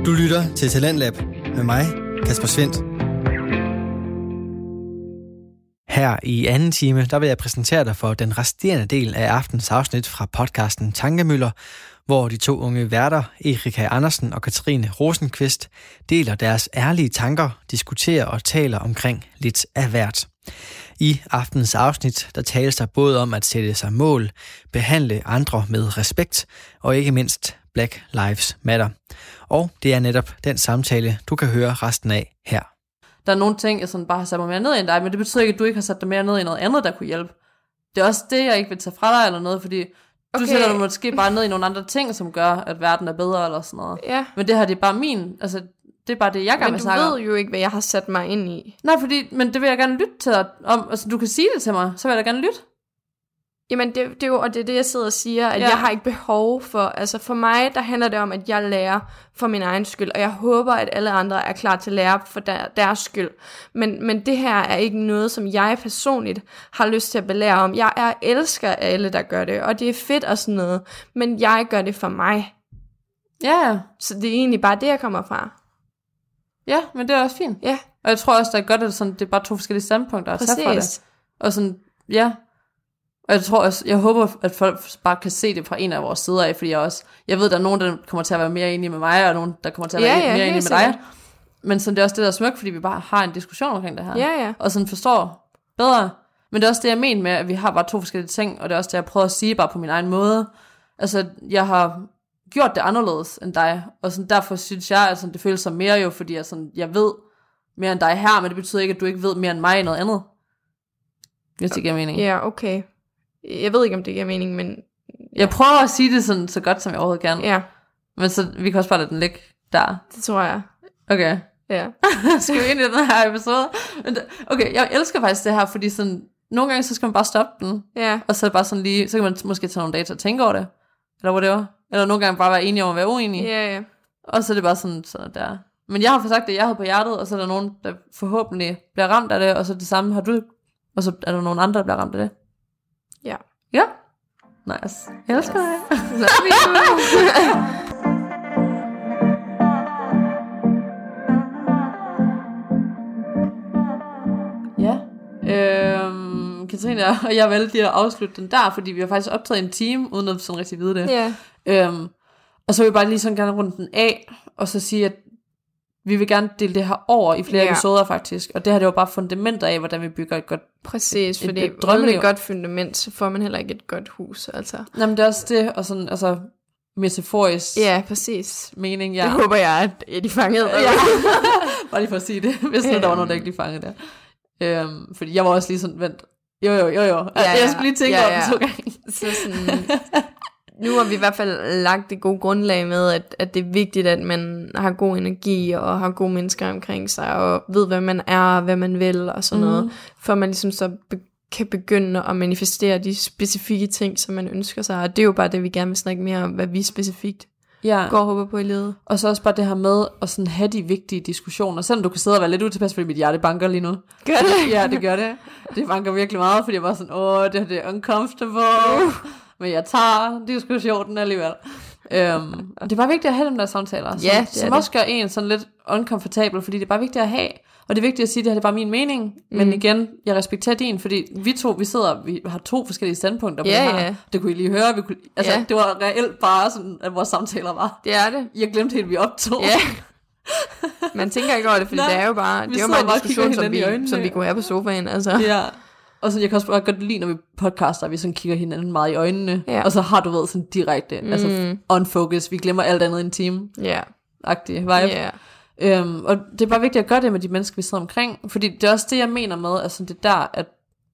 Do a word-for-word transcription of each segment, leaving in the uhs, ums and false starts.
Du lytter til Talentlab med mig, Kasper Svendt. Her i anden time, der vil jeg præsentere dig for den resterende del af aftens afsnit fra podcasten Tankemøller, hvor de to unge værter, Erika Andersen og Katrine Rosenqvist, deler deres ærlige tanker, diskuterer og taler omkring lidt af hvert. I aftens afsnit, der tales der både om at sætte sig mål, behandle andre med respekt og ikke mindst Black Lives Matter. Og det er netop den samtale, du kan høre resten af her. Der er nogle ting, jeg sådan bare har sat mig mere ned i end dig, men det betyder ikke, at du ikke har sat dig mere ned i noget andet, der kunne hjælpe. Det er også det, jeg ikke vil tage fra dig eller noget, fordi okay. Du sætter dig måske bare ned i nogle andre ting, som gør, at verden er bedre eller sådan noget. Ja. Men det her, det er bare min, altså det er bare det, jeg gerne vil snakke om. Men du ved jo ikke, hvad jeg har sat mig ind i. Nej, fordi, men det vil jeg gerne lytte til dig om. Altså du kan sige det til mig, så vil jeg da gerne lytte. Jamen det, det er jo, og det er det, jeg sidder og siger, at ja. Jeg har ikke behov for, altså for mig, der handler det om, at jeg lærer for min egen skyld, og jeg håber, at alle andre er klar til at lære for der, deres skyld. Men, men det her er ikke noget, som jeg personligt har lyst til at belære om. Jeg er elsker alle, der gør det, og det er fedt og sådan noget, men jeg gør det for mig. Ja. Yeah. Så det er egentlig bare det, jeg kommer fra. Ja, men det er også fint. Ja. Og jeg tror også, det er godt, at sådan, det er bare to forskellige standpunkter at tage fra det. Og sådan, ja. Og jeg tror også, jeg håber, at folk bare kan se det fra en af vores sider af, fordi jeg også, jeg ved, der er nogen, der kommer til at være mere enige med mig, og nogen, der kommer til at være ja, ja, mere enige med dig. Men sådan, det er også det, der er smukt, fordi vi bare har en diskussion omkring det her. Ja, ja. Og sådan forstår bedre. Men det er også det, jeg mener med, at vi har bare to forskellige ting, og det er også det, jeg prøver at sige bare på min egen måde. Altså, jeg har gjort det anderledes end dig, og sådan, derfor synes jeg, at sådan, det føles som mere jo, fordi jeg, sådan, jeg ved mere end dig her, men det betyder ikke, at du ikke ved mere end mig i noget andet. Hvis det giver mening. Ja, okay. Jeg ved ikke, om det giver mening, men... Ja. Jeg prøver at sige det sådan, så godt, som jeg overhovedet kan. Ja. Men så, vi kan også bare lade den ligge der. Det tror jeg. Okay. Ja. Skal vi ind i den her episode? Okay, jeg elsker faktisk det her, fordi sådan... Nogle gange, så skal man bare stoppe den. Ja. Og så er det bare sådan lige... Så kan man måske tage nogle dage til at tænke over det. Eller whatever. Eller nogle gange bare være enige om at være uenige. Ja, ja. Og så er det bare sådan, sådan der. Men jeg har for sagt det, jeg havde på hjertet, og så er der nogen, der forhåbentlig bliver ramt af det, og så det samme har du... Og så er der nogen andre, der bliver ramt af det. Ja. Ja. Nice. Jeg elsker dig. Love you. Ja. Øhm, Katrine og jeg valgte lige at afslutte den der, fordi vi har faktisk optaget en time, uden at sådan rigtig vide det. Ja. Øhm, og så vil jeg bare lige sådan gerne runde den af, og så sige, at vi vil gerne dele det her over i flere ja. episoder faktisk. Og det her, det var bare fundamenter af, hvordan vi bygger et godt Præcis, et, fordi et, et drømmeliv. Uden et godt fundament, så får man heller ikke et godt hus, altså. Jamen det er også det, og sådan, altså, metaforisk ja, præcis. mening, ja. Det håber jeg, at de fangede. Ja. Bare lige for at sige det, hvis øhm. der var nogen, der ikke lige fangede det. Øhm, fordi jeg var også lige sådan, vent, jo jo, jo jo. Ja, jeg skulle lige tænke ja, over ja. den to gange. Så sådan... Nu har vi i hvert fald lagt det gode grundlag med, at, at det er vigtigt, at man har god energi og har gode mennesker omkring sig, og ved, hvad man er, hvad man vil og sådan mm. noget, for man ligesom så be- kan begynde at manifestere de specifikke ting, som man ønsker sig. Og det er jo bare det, vi gerne vil snakke mere om, hvad vi specifikt ja. går og håber på i livet. Og så også bare det her med at sådan have de vigtige diskussioner, selvom du kan sidde og være lidt utilpas, fordi mit hjerte banker lige nu. Gør det? Ja, det gør det. Det banker virkelig meget, fordi jeg var sådan, åh, det her det er uncomfortable. Uh. Men jeg tager diskussionen alligevel. Øhm, og det er bare vigtigt at have dem der samtaler, som, ja, som også gør en sådan lidt uncomfortable, fordi det er bare vigtigt at have. Og det er vigtigt at sige, at det her det er bare min mening. Mm. Men igen, jeg respekterer din, fordi vi to, vi sidder, vi har to forskellige standpunkter på ja, det her. Ja. Det kunne I lige høre. Vi kunne, altså, ja. Det var reelt bare sådan, at vores samtaler var. Det er det. Jeg glemte helt, at vi optog. Ja. Man tænker ikke over det, fordi Nej, det er jo bare, det er jo bare en diskussion, som vi, som vi kunne have på sofaen. Altså. Ja. Og sådan, jeg kan også bare godt lide, når vi podcaster, vi sådan kigger hinanden meget i øjnene. Ja. Og så har du været sådan direkte, mm. altså on-focus. Vi glemmer alt andet i en time. Ja. Yeah. Agtig vibe. Yeah. Øhm, og det er bare vigtigt at gøre det med de mennesker, vi sidder omkring. Fordi det er også det, jeg mener med, altså det der, at,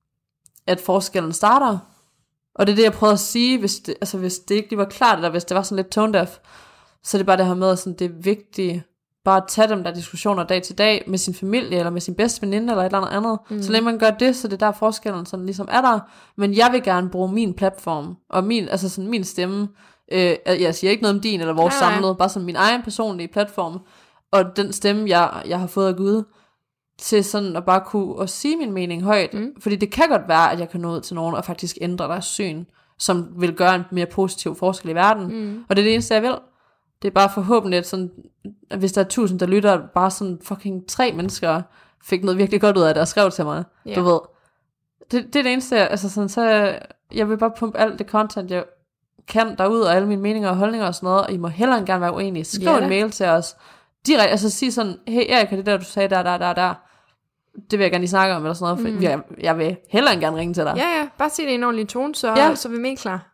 at forskellen starter. Og det er det, jeg prøvede at sige, hvis det, altså, hvis det ikke lige var klart, eller hvis det var sådan lidt tone deaf. Så det er bare det her med, at sådan, det er vigtigt bare at tage dem der diskussioner dag til dag med sin familie, eller med sin bedste veninde, eller et eller andet andet. Mm. Så længe man gør det, så det er der forskellen sådan ligesom er der. Men jeg vil gerne bruge min platform, og min, altså sådan min stemme. Øh, jeg siger ikke noget om din, eller vores Nej. samlede, bare som min egen personlige platform. Og den stemme, jeg, jeg har fået af Gud, til sådan at bare kunne at sige min mening højt. Mm. Fordi det kan godt være, at jeg kan nå ud til nogen, og faktisk ændre deres syn, som vil gøre en mere positiv forskel i verden. Mm. Og det er det eneste, jeg vil. Det er bare forhåbentlig, at sådan, at hvis der er tusind, der lytter, bare sådan fucking tre mennesker fik noget virkelig godt ud af det, og skrev til mig. Yeah. Du ved. Det, det er det eneste, altså sådan, så jeg vil bare pumpe alt det content, jeg kan derud, og alle mine meninger og holdninger og sådan noget, og I må hellere end gerne være uenige. Skriv yeah. en mail til os. Direkte, altså sige sådan, hey Erika, det der, du sagde der, der, der, der. Det vil jeg gerne lige snakke om, eller sådan noget, for mm. jeg, jeg vil hellere end gerne ringe til dig. Ja, ja, bare sig det i en ordentlig tone, så, ja. så er vi mere klar.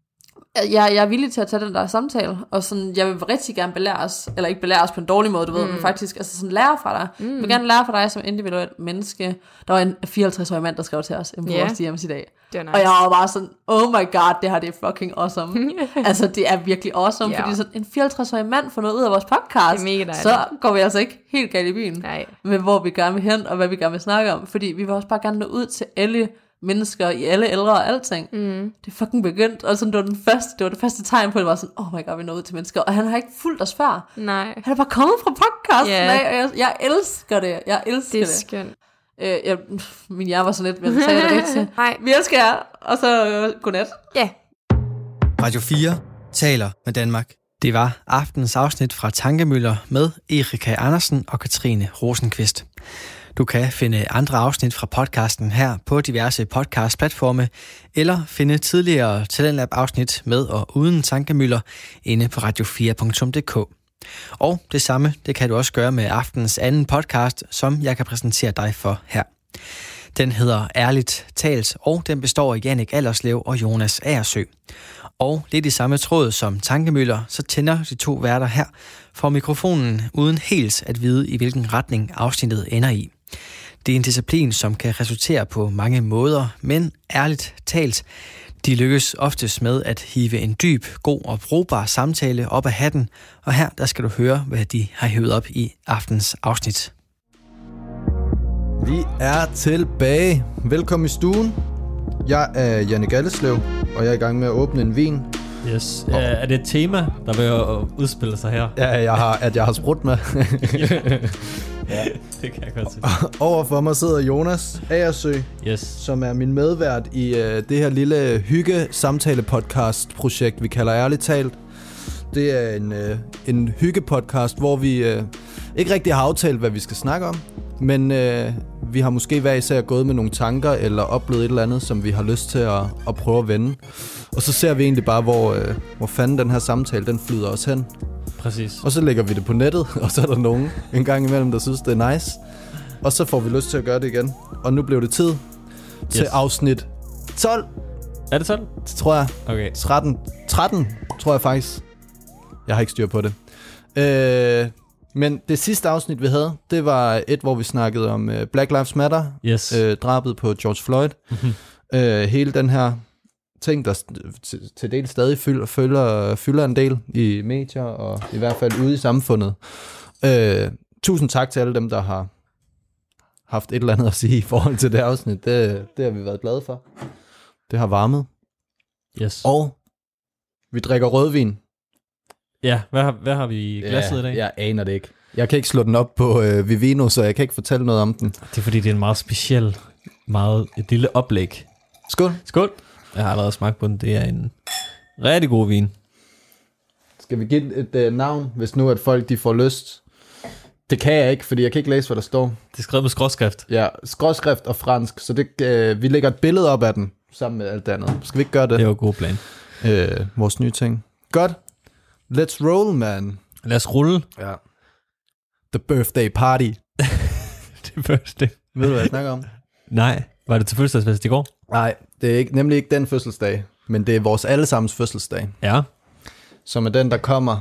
Jeg, jeg er villig til at tage den der samtale, og sådan, jeg vil rigtig gerne belære os, eller ikke belære os på en dårlig måde, du ved, mm. men faktisk altså sådan lære fra dig. Mm. Jeg vil gerne lære fra dig som individuelt menneske. Der var en fireoghalvtreds-årig mand, der skrev til os på yeah. vores D M's i dag. Nice. Og jeg var bare sådan, oh my god, det her det er fucking awesome. Altså det er virkelig awesome, yeah. fordi sådan en fireoghalvtreds-årig mand får noget ud af vores podcast, det er mega så går vi altså ikke helt galt i byen. Nej. Med hvor vi gerne vil hen, og hvad vi gerne vil snakke om. Fordi vi vil også bare gerne nå ud til alle mennesker i alle ældre og alting. Mm. Det er fucking begyndt, og sådan, det, var den første, det var det første tegn på, at det var sådan, oh my god, vi nåede ud til mennesker, og han har ikke fulgt os før. Nej. Han er bare kommet fra podcasten yeah. af, og jeg, jeg elsker det, jeg elsker det. Det er skønt. Øh, jeg, min hjerne var sådan lidt, men sagde det rigtigt. Nej. Vi elsker jer, og så øh, godnat. Ja. Yeah. Radio fire taler med Danmark. Det var aftens afsnit fra Tankemøller med Erika Andersen og Katrine Rosenqvist. Du kan finde andre afsnit fra podcasten her på diverse podcastplatforme, eller finde tidligere Talentlab-afsnit med og uden tankemøller inde på radio fire punktum d k. Og det samme, det kan du også gøre med aftens anden podcast, som jeg kan præsentere dig for her. Den hedder Ærligt Talt, og den består af Jannik Allerslev og Jonas Agersø. Og lidt i samme tråd som tankemøller, så tænder de to værter her for mikrofonen, uden helt at vide, i hvilken retning afsnittet ender i. Det er en disciplin, som kan resultere på mange måder, men ærligt talt, de lykkes oftest med at hive en dyb, god og brugbar samtale op af hatten, og her der skal du høre, hvad de har hævet op i aftens afsnit. Vi er tilbage. Velkommen i stuen. Jeg er Jannik Allerslev, og jeg er i gang med at åbne en vin. Yes. Oh. Er det et tema, der vil udspille sig her? Ja, jeg har, at jeg har sprudt med. Ja, det kan jeg godt se. Overfor mig sidder Jonas Agersø, yes. som er min medvært i uh, det her lille hygge-samtale-podcast-projekt, vi kalder Ærligt Talt. Det er en, uh, en hygge-podcast, hvor vi uh, ikke rigtig har aftalt, hvad vi skal snakke om, men uh, vi har måske hver især gået med nogle tanker eller oplevet et eller andet, som vi har lyst til at, at prøve at vende. Og så ser vi egentlig bare, hvor, uh, hvor fanden den her samtale, den flyder os hen. Præcis. Og så lægger vi det på nettet, og så er der nogen en gang imellem, der synes, det er nice. Og så får vi lyst til at gøre det igen. Og nu blev det tid til yes. afsnit tolv. Er det tolv? Det tror jeg. Okay. tretten, tretten tror jeg faktisk. Jeg har ikke styr på det. Øh, men det sidste afsnit, vi havde, det var et, hvor vi snakkede om uh, Black Lives Matter. Yes. Øh, drabet på George Floyd. Mm-hmm. Øh, hele den her ting, der til, til del stadig fylder, fylder, fylder en del i medier, og i hvert fald ude i samfundet. Øh, tusind tak til alle dem, der har haft et eller andet at sige i forhold til det afsnit. Det, det har vi været glade for. Det har varmet. Yes. Og vi drikker rødvin. Ja, hvad har, hvad har vi i glasset ja, i dag? Jeg aner det ikke. Jeg kan ikke slå den op på øh, Vivino, så jeg kan ikke fortælle noget om den. Det er fordi, det er en meget speciel, meget et lille oplæg. Skål. Skål. Jeg har allerede smagt på den. Det er en rigtig god vin. Skal vi give et, et uh, navn, hvis nu at folk de får lyst? Det kan jeg ikke, fordi jeg kan ikke læse, hvad der står. Det er skrevet med skråskrift. Ja, skråskrift og fransk. Så det, uh, vi lægger et billede op af den, sammen med alt det andet. Skal vi ikke gøre det? Det er jo en god plan. Uh, vores nye ting. Godt. Let's roll, man. Lad os rulle. Ja. The birthday party. Det birthday. Ved du, hvad jeg snakker om? Nej. Var det til fødselsdagsfest i går? Nej, det er ikke, nemlig ikke den fødselsdag, men det er vores allesammens fødselsdag. Ja. Som er den, der kommer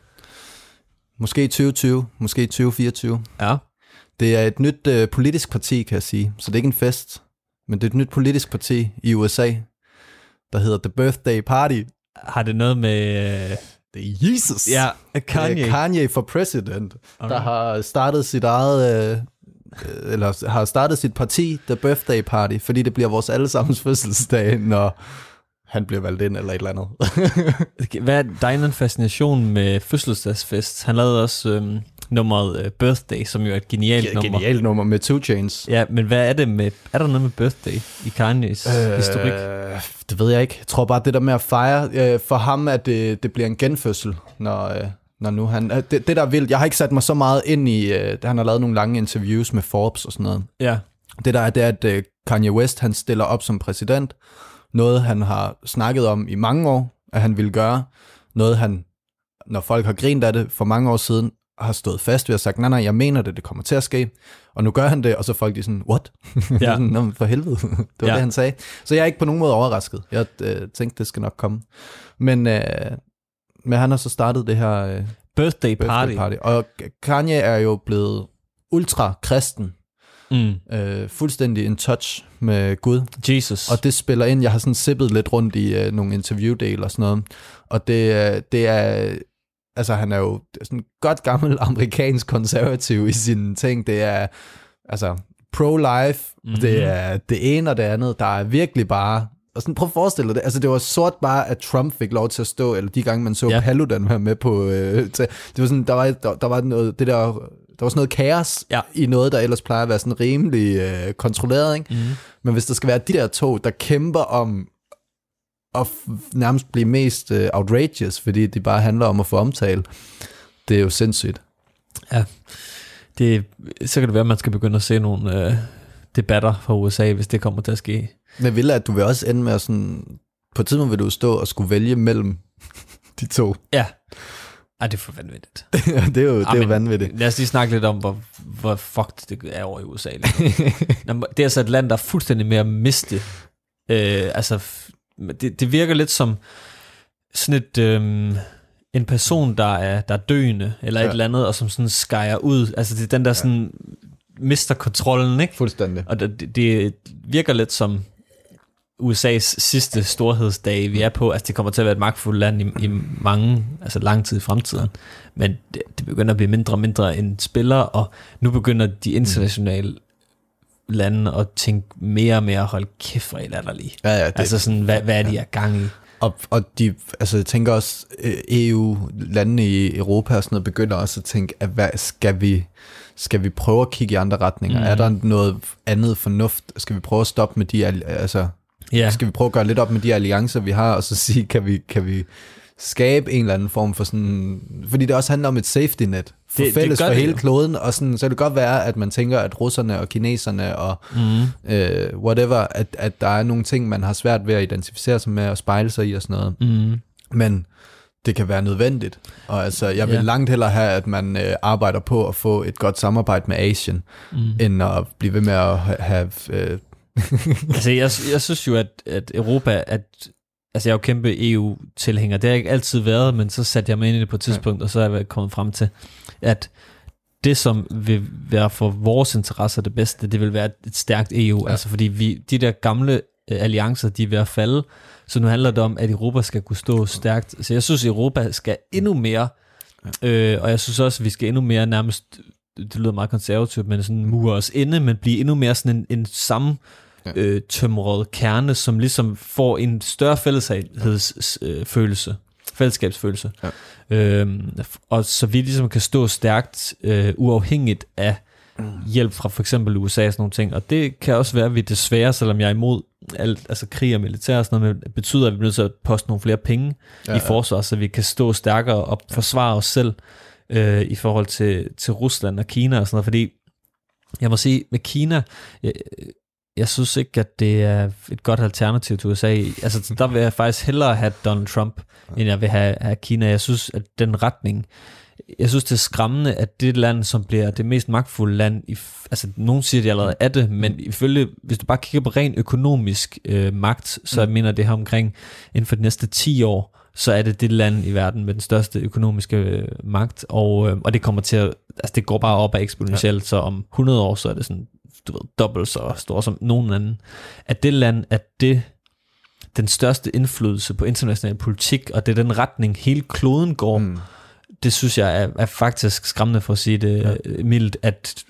måske tyve tyve, måske tyve fireogtyve. Ja. Det er et nyt øh, politisk parti, kan jeg sige. Så det er ikke en fest, men det er et nyt politisk parti i U S A, der hedder The Birthday Party. Har det noget med... Øh... Det er Jesus. Ja, Kanye. Det er Kanye for president, okay. Der har startet sit eget... Øh, eller har startet sit parti, The Birthday Party, fordi det bliver vores allesammens fødselsdag, når han bliver valgt ind, eller et eller andet. Hvad er din fascination med fødselsdagsfest? Han lavede også øhm, nummeret uh, Birthday, som jo er et genialt ja, nummer. Genialt nummer med Two Chainz. Ja, men hvad er det med, er der noget med Birthday i Kanye's øh, historik? Det ved jeg ikke. Jeg tror bare, det der med at fejre, øh, for ham, at det, det bliver en genfødsel, når, øh, Når nu han, det, det der er vildt, jeg har ikke sat mig så meget ind i, uh, han har lavet nogle lange interviews med Forbes og sådan noget. Ja. Det der er, det er, at uh, Kanye West, han stiller op som præsident. Noget, han har snakket om i mange år, at han ville gøre. Noget, han, når folk har grint af det for mange år siden, har stået fast ved at sagt, nej, nej, jeg mener det, det kommer til at ske. Og nu gør han det, og så folk de sådan, what? Ja. Nå, for helvede. Det var ja. det, han sagde. Så jeg er ikke på nogen måde overrasket. Jeg øh, tænkte, det skal nok komme. Men, øh, men han har så startet det her øh, birthday, party. birthday party. Og Kanye er jo blevet ultra-kristen. Mm. Øh, fuldstændig in touch med Gud. Jesus. Og det spiller ind. Jeg har sådan sippet lidt rundt i øh, nogle interviewdele og sådan noget. Og det, det er... Altså, han er jo sådan godt gammel amerikansk konservativ i sine ting. Det er, altså, pro-life, mm-hmm. det er det ene og det andet. Der er virkelig bare... Og sådan, prøv at forestille dig det. Altså, det var sort bare, at Trump fik lov til at stå, eller de gange, man så ja. Paludan være med på... Øh, til, det var sådan, der var, der, der var noget, det der... Der var sådan noget kaos ja. I noget, der ellers plejer at være sådan rimelig øh, kontrolleret, ikke? Mm-hmm. Men hvis der skal være de der to, der kæmper om at f- nærmest blive mest øh, outrageous, fordi det bare handler om at få omtale, det er jo sindssygt. Ja, det, så kan det være, at man skal begynde at se nogle øh, debatter fra U S A, hvis det kommer til at ske. Men vil at du vil også ende med at sådan... På et tidspunkt vil du stå og skulle vælge mellem de to. Ja. Ej, det er for vanvittigt. det er jo, det er jo vanvittigt. Lad os lige snakke lidt om, hvor, hvor fucked det er over i U S A. Det er altså et land, der er fuldstændig mere at miste. Øh, altså, det, det virker lidt som sådan et... Øh, en person, der er, der er døende, eller ja. Et eller andet, og som sådan skærer ud. Altså, det er den, der sådan mister kontrollen, ikke? Fuldstændig. Og det, det virker lidt som U S A's sidste storhedsdage, vi er på. Altså, det kommer til at være et magtfuldt land i, i mange, altså lang tid i fremtiden. Men det, det begynder at blive mindre og mindre end spillere, og nu begynder de internationale lande at tænke mere og mere, hold kæft, hvor er I latterlige. Ja, ja, det, altså sådan, hvad, hvad er de her gang i? Og, og de, altså jeg tænker også, E U-landene i Europa og sådan noget, begynder også at tænke, at hvad skal vi, skal vi prøve at kigge i andre retninger? Mm. Er der noget andet fornuft? Skal vi prøve at stoppe med de, altså, yeah. skal vi prøve at gøre lidt op med de alliancer, vi har, og så sige, kan vi, kan vi skabe en eller anden form for sådan, fordi det også handler om et safety net, for det, fælles det for hele jo. Kloden, og sådan, så det kan godt være, at man tænker, at russerne og kineserne og mm. øh, whatever, at, at der er nogle ting, man har svært ved at identificere sig med og spejle sig i og sådan noget. Mm. Men det kan være nødvendigt, og altså, jeg vil yeah. langt hellere have, at man øh, arbejder på at få et godt samarbejde med Asien, mm. end at blive ved med at have... Øh, altså, jeg, jeg synes jo, at, at Europa, at altså, jeg er jo kæmpe E U-tilhænger. Det har jeg ikke altid været, men så satte jeg mig ind i det på et tidspunkt, ja. Og så er jeg kommet frem til, at det, som vil være for vores interesser det bedste, det vil være et stærkt E U. Ja. Altså, fordi vi, de der gamle øh, alliancer, de er ved at falde, så nu handler det om, at Europa skal kunne stå stærkt. Så jeg synes, Europa skal endnu mere, ja. øh, og jeg synes også, at vi skal endnu mere nærmest, det lyder meget konservativt, men sådan mure os inde, men blive endnu mere sådan en, en samme Ja. Øh, tømret kerne, som ligesom får en større fælleshedsfølelse, fællesskabsfølelse. Ja. Øhm, og så vi ligesom kan stå stærkt, øh, uafhængigt af hjælp fra for eksempel U S A og sådan nogle ting. Og det kan også være, at vi desværre, selvom jeg er imod alt, altså krig og militær og sådan noget, men det betyder, at vi bliver nødt til at poste nogle flere penge ja, i forsvar, så vi kan stå stærkere og forsvare os selv øh, i forhold til, til Rusland og Kina og sådan noget. Fordi jeg må sige, med Kina... Jeg, Jeg synes ikke, at det er et godt alternativ til U S A. Altså, der vil jeg faktisk hellere have Donald Trump, end jeg vil have, have Kina. Jeg synes, at den retning... Jeg synes, det er skræmmende, at det land, som bliver det mest magtfulde land... I, altså, nogen siger, at de allerede er det, men ifølge... Hvis du bare kigger på ren økonomisk øh, magt, så jeg mener det her omkring inden for de næste ti år, så er det det land i verden med den største økonomiske øh, magt, og, øh, og det kommer til at... Altså, det går bare op ad eksponentielt, ja. Så om hundrede år, så er det sådan... du ved, dobbelt så stor som nogen anden, at det land, at det den største indflydelse på international politik, og det er den retning, hele kloden går, mm. det synes jeg er, er faktisk skræmmende for at sige det ja. mildt, at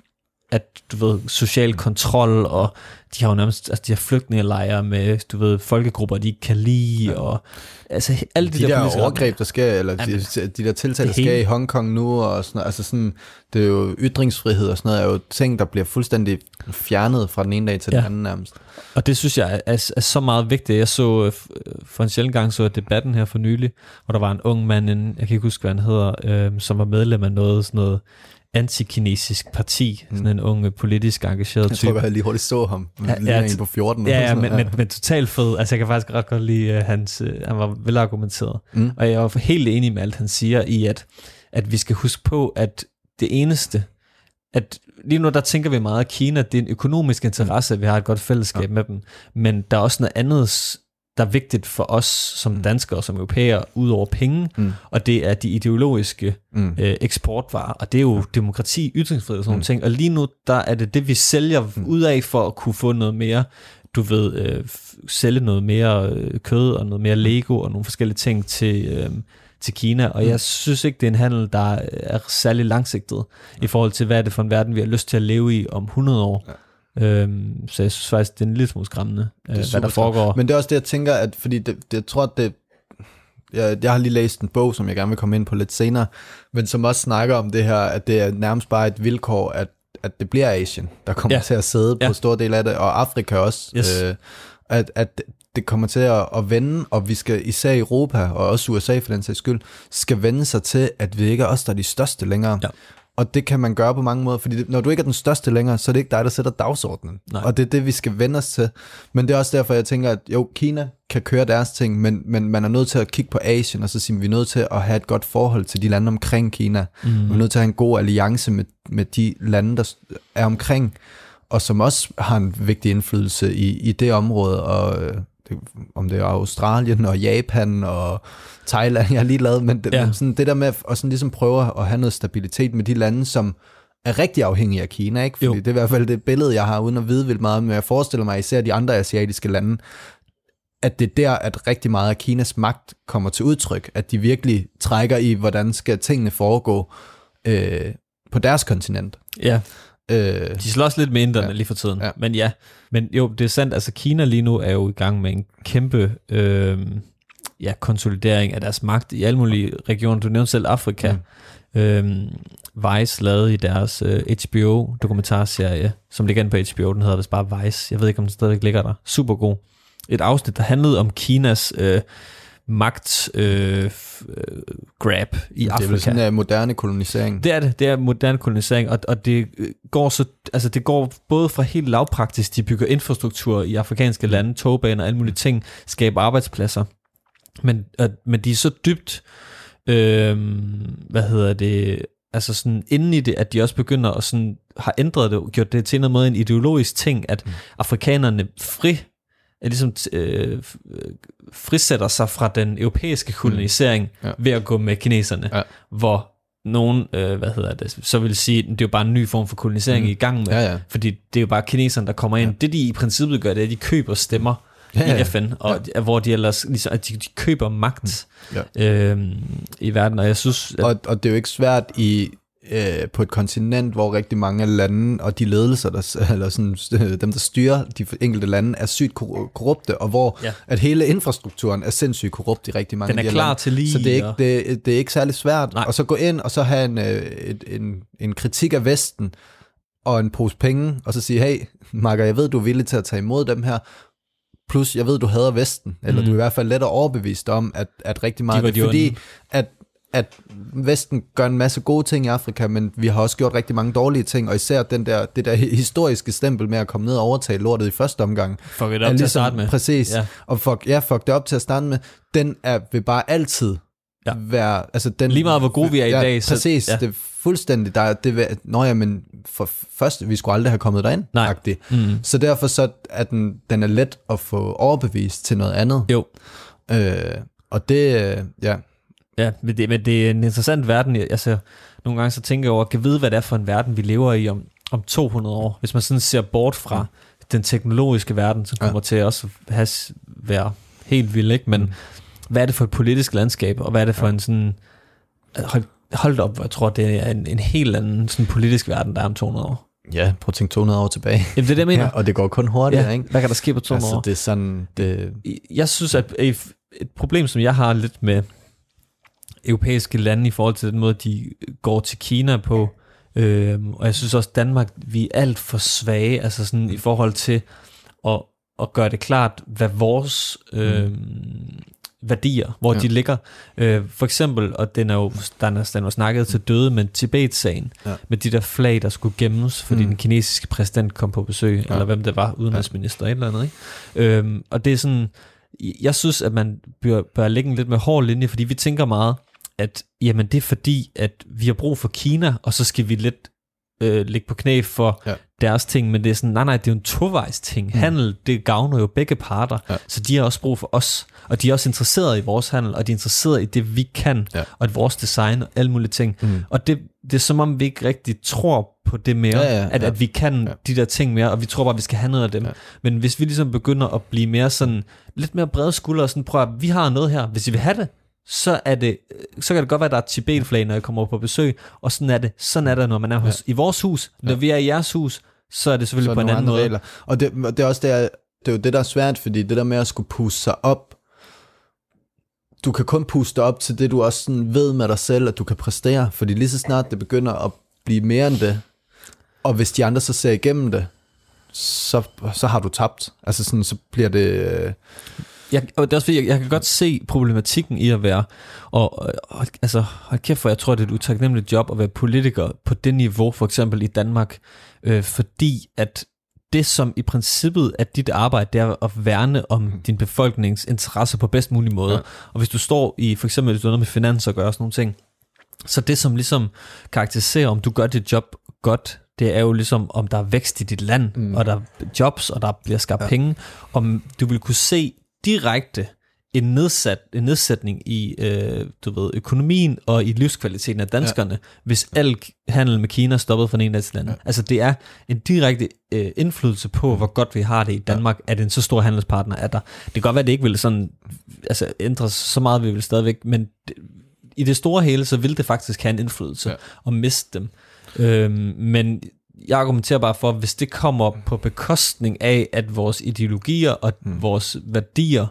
at du ved, social kontrol, og de har jo nærmest, altså de har flygtningelejre med, du ved, folkegrupper, de ikke kan lide, ja. og altså alle de, de der, der overgreb, der sker, eller Jamen, de, de der tiltag, der sker i Hongkong nu, og sådan noget, altså sådan, det er jo ytringsfrihed og sådan noget, er jo ting, der bliver fuldstændig fjernet fra den ene dag til ja. den anden nærmest. Og det synes jeg er, er, er så meget vigtigt. Jeg så for en sjældent gang så debatten her for nylig, hvor der var en ung mand, en, jeg kan ikke huske, hvad han hedder, øh, som var medlem af noget, sådan noget antikinesisk parti, mm. sådan en ung politisk engageret type. Jeg tror, jeg lige hurtigt så ham, ja, ja, en på fjorten. Ja, ja, men, men, men totalt fed. Altså jeg kan faktisk ret godt lide uh, hans, uh, han var velargumenteret. Mm. Og jeg var helt enig med alt, han siger i, at, at vi skal huske på, at det eneste, at lige nu der tænker vi meget, at Kina, det er en økonomisk interesse, at vi har et godt fællesskab ja. med dem, men der er også noget andet, der er vigtigt for os som danskere og som europæere, ud over penge, mm. og det er de ideologiske mm. øh, eksportvarer, og det er jo mm. demokrati, ytringsfrihed og sådan mm. nogle ting, og lige nu, der er det det, vi sælger mm. ud af for at kunne få noget mere, du ved, øh, sælge noget mere øh, kød og noget mere Lego og nogle forskellige ting til, øh, til Kina, og mm. jeg synes ikke, det er en handel, der er særlig langsigtet mm. i forhold til, hvad er det for en verden, vi har lyst til at leve i om hundrede år. Ja. Øhm, så jeg synes faktisk, det er en lille smule skræmmende, øh, hvad der foregår. Men det er også det, jeg tænker, at fordi det, det, jeg tror, at det, jeg, jeg har lige læst en bog, som jeg gerne vil komme ind på lidt senere, men som også snakker om det her, at det er nærmest bare et vilkår, at, at det bliver Asien, der kommer ja. til at sidde ja. på stor del af det, og Afrika også, yes. øh, at, at det kommer til at, at vende, og vi skal især i Europa, og også U S A for den sags skyld, skal vende sig til, at vi ikke er os, der er de største længere. Ja. Og det kan man gøre på mange måder, fordi når du ikke er den største længere, så er det ikke dig, der sætter dagsordenen. Nej. Og det er det, vi skal vende os til. Men det er også derfor, jeg tænker, at jo, Kina kan køre deres ting, men, men man er nødt til at kigge på Asien, og så sige, at vi er nødt til at have et godt forhold til de lande omkring Kina. Mm. Vi er nødt til at have en god alliance med, med de lande, der er omkring, og som også har en vigtig indflydelse i, i det område, og det, om det er Australien og Japan og Thailand, jeg har lige lavet, men det, ja. sådan, det der med at sådan ligesom prøve at have noget stabilitet med de lande, som er rigtig afhængige af Kina, ikke? Fordi jo. det er i hvert fald det billede, jeg har, uden at vide vildt meget, men jeg forestiller mig især de andre asiatiske lande, at det er der, at rigtig meget af Kinas magt kommer til udtryk, at de virkelig trækker i, hvordan skal tingene foregå øh, på deres kontinent. Ja. De slås lidt med inderne ja. lige for tiden, ja. men ja, men jo, det er sandt, altså Kina lige nu er jo i gang med en kæmpe øh, ja, konsolidering af deres magt i alle mulige regioner. Du nævnte selv Afrika. Mm. Øh, Vice lavede i deres øh, H B O-dokumentarserie, som ligger inde på H B O, den hedder vist bare Vice, jeg ved ikke, om den stadigvæk ligger der, super god. Et afsnit, der handlede om Kinas øh, magt øh, grab i Afrika. Det er sådan en moderne kolonisering. Det er det, det er moderne kolonisering, og, og det går så, altså det går både fra helt lavpraktisk, de bygger infrastruktur i afrikanske lande, togbaner og alle mulige ting, skaber arbejdspladser, men, at, men de er så dybt, øh, hvad hedder det, altså sådan inden i det, at de også begynder at sådan, har ændret det, gjort det til en måde en ideologisk ting, at mm. afrikanerne fri ligesom øh, frisætter sig fra den europæiske kolonisering mm. ja. ved at gå med kineserne, ja. hvor nogen, øh, hvad hedder det, så vil sige, at det er jo bare en ny form for kolonisering mm. i gang med, ja, ja. fordi det er jo bare kineserne, der kommer ind. Ja. Det de i princippet gør, det er, at de køber stemmer ja, ja. i F N, og ja. hvor de ellers, ligesom, at de, de køber magt ja. øh, i verden, og jeg synes... At, og, og det er jo ikke svært i på et kontinent, hvor rigtig mange lande og de ledelser, der, eller sådan, dem der styrer de enkelte lande, er sygt korrupte, og hvor ja. at hele infrastrukturen er sindssygt korrupt i rigtig mange Den er klar lande. Til lige. Så det er, ikke, det, det er ikke særlig svært Nej. at så gå ind og så have en, en, en, en kritik af Vesten og en pose penge, og så sige, hey, Marker, jeg ved, du er villig til at tage imod dem her, plus jeg ved, du hader Vesten, eller mm. du er i hvert fald let overbevist om, at, at rigtig meget, de fordi at at Vesten gør en masse gode ting i Afrika, men vi har også gjort rigtig mange dårlige ting, og især den der, det der historiske stempel med at komme ned og overtage lortet i første omgang. Fuck det op ligesom, til at starte med. Præcis. Ja. Og fuck, ja, fuck det op til at starte med. Den er, vil bare altid ja. være... Altså den, lige meget hvor gode vi er i ja, dag. Præcis. Så, ja. Det er fuldstændig... Der, det, nå ja, men for først, vi skulle aldrig have kommet derind. Nej. Mm. Så derfor så er den, den er let at få overbevist til noget andet. Jo. Øh, og det... Ja... Ja, men det, men det er en interessant verden. Altså, nogle gange så tænker jeg over, kan vide, hvad det er for en verden, vi lever i om, om to hundrede år. Hvis man sådan ser bort fra mm. den teknologiske verden, som kommer ja. til også at have, være helt vild, ikke? Men mm. hvad er det for et politisk landskab, og hvad er det for ja. en sådan... Hold, hold op, jeg tror, det er en, en helt anden sådan politisk verden, der er om to hundrede år. Ja, prøv at tænke to hundrede år tilbage. Jamen, det er det, jeg mener. Ja, og det går kun hurtigere, Ja, ikke? hvad kan der ske på to hundrede Altså, år? det er sådan... Det... Jeg synes, at et problem, som jeg har lidt med europæiske lande i forhold til den måde, de går til Kina på, øhm, og jeg synes også, Danmark, vi er alt for svage, altså sådan i forhold til at, at gøre det klart, hvad vores øhm, værdier, hvor ja. de ligger. Øh, for eksempel, og den er jo, den er, den er snakket til døde, men Tibet-sagen, ja. med de der flag, der skulle gemmes, fordi mm. den kinesiske præsident kom på besøg, ja. eller hvem det var, udenrigsminister, ja. et eller andet, ikke? Øhm, og det er sådan, jeg synes, at man bør, bør lægge en lidt med hård linje, fordi vi tænker meget, at jamen, det er fordi, at vi har brug for Kina, og så skal vi lidt øh, ligge på knæ for ja. deres ting, men det er sådan, nej, nej, det er jo en tovejs ting. Mm. Handel, det gavner jo begge parter, ja. så de har også brug for os, og de er også interesserede i vores handel, og de er interesserede i det, vi kan, ja. og i vores design og alle mulige ting. Mm. Og det, det er som om, vi ikke rigtig tror på det mere, ja, ja, ja. At, at vi kan ja. de der ting mere, og vi tror bare, at vi skal have noget af dem. Ja. Men hvis vi ligesom begynder at blive mere sådan, lidt mere brede skuldre, og sådan, prøv at, vi har noget her, hvis I vil have det, så er det, så kan det godt være, at der er Tibet-flag, når jeg kommer på besøg, og sådan er det, sådan er det, når man er hos, ja. i vores hus, når ja. vi er i jeres hus, så er det selvfølgelig så på en anden måde. Regler. Og det, det er også det, det er jo det, der er svært, fordi det der med at skulle puste sig op, du kan kun puste op til det, du også sådan ved med dig selv, at du kan præstere, fordi lige så snart det begynder at blive mere end det, og hvis de andre så ser igennem det, så, så har du tabt. Altså sådan, så bliver det... Øh, Jeg, og det er også fordi, jeg, jeg kan godt se problematikken i at være, og, og, og altså, hold kæft for, jeg tror, det er et utaknemmeligt job at være politiker på det niveau, for eksempel i Danmark, øh, fordi at det, som i princippet er dit arbejde, det er at værne om din befolknings interesser på bedst mulig måde. Ja. Og hvis du står i, for eksempel, hvis du er noget med finans og gør sådan nogle ting, så det, som ligesom karakteriserer, om du gør dit job godt, det er jo ligesom, om der er vækst i dit land, mm. og der er jobs, og der bliver skabt ja. penge, om du vil kunne se direkte en, nedsat, en nedsætning i øh, du ved, økonomien og i livskvaliteten af danskerne, ja. hvis al handel med Kina stoppede fra en af til anden. Ja. Altså det er en direkte øh, indflydelse på, hvor godt vi har det i Danmark, ja. at en så stor handelspartner er der. Det kan godt være, at det ikke vil sådan, altså, ændres så meget, vi vil stadigvæk, men det, i det store hele, så vil det faktisk have en indflydelse ja. at miste dem. Øhm, men jeg argumenterer bare for, hvis det kommer på bekostning af, at vores ideologier og mm. vores værdier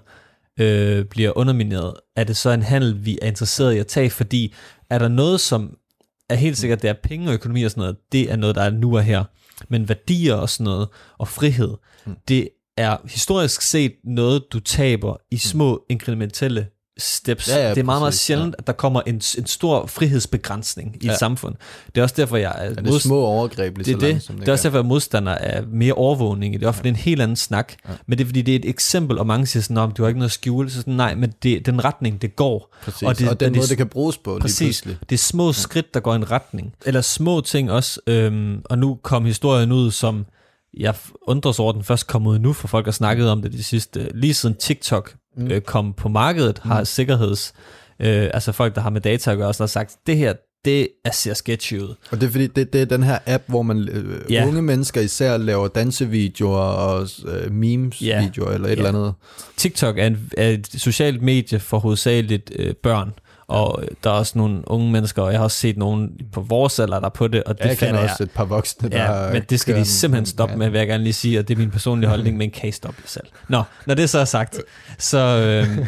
øh, bliver undermineret, er det så en handel, vi er interesseret i at tage, fordi er der noget, som er helt sikkert, det er penge og økonomi og sådan noget, det er noget, der er nu og her. Men værdier og sådan noget, og frihed, mm. det er historisk set noget, du taber i små inkrementelle steps. Ja, ja, det er meget, meget sjældent, ja. at der kommer en, en stor frihedsbegrænsning i ja. et samfund. Det er også derfor, jeg er... Ja, det er små overgreb, lige det, så langt, det, som det det er også derfor, jeg er modstander af mere overvågning i det offentlige. Ja. Det er en helt anden snak. Ja. Men det er, fordi det er et eksempel, og mange siger sådan, du har ikke noget at skjule. Så sådan, nej, men det, den retning, det går. Præcis. Og, det, og den måde, det, det kan bruges på. Præcis. Det er små ja. skridt, der går i en retning. Eller små ting også. Øhm, og nu kom historien ud, som jeg undres over, den først kom ud nu, for folk har snakket om det de sidste. Lige siden TikTok Mm. Øh, kom på markedet, har mm. sikkerheds, øh, altså folk, der har med data at gøre, også har sagt, det her, det er ser sketchy ud. Og det er fordi, det, det er den her app, hvor man øh, ja. unge mennesker især laver dansevideoer og øh, memes-videoer ja. eller et ja. eller andet. TikTok er, en, er et socialt medie for hovedsageligt øh, børn, og der er også nogle unge mennesker, og jeg har også set nogen på vores alder, der er på det, og det jeg kender også et par voksne, der ja, men det skal de simpelthen stoppe med, vil jeg gerne lige sige, og det er min personlige holdning, men kan I stoppe jer selv. Nå, når det så er sagt, så, øh,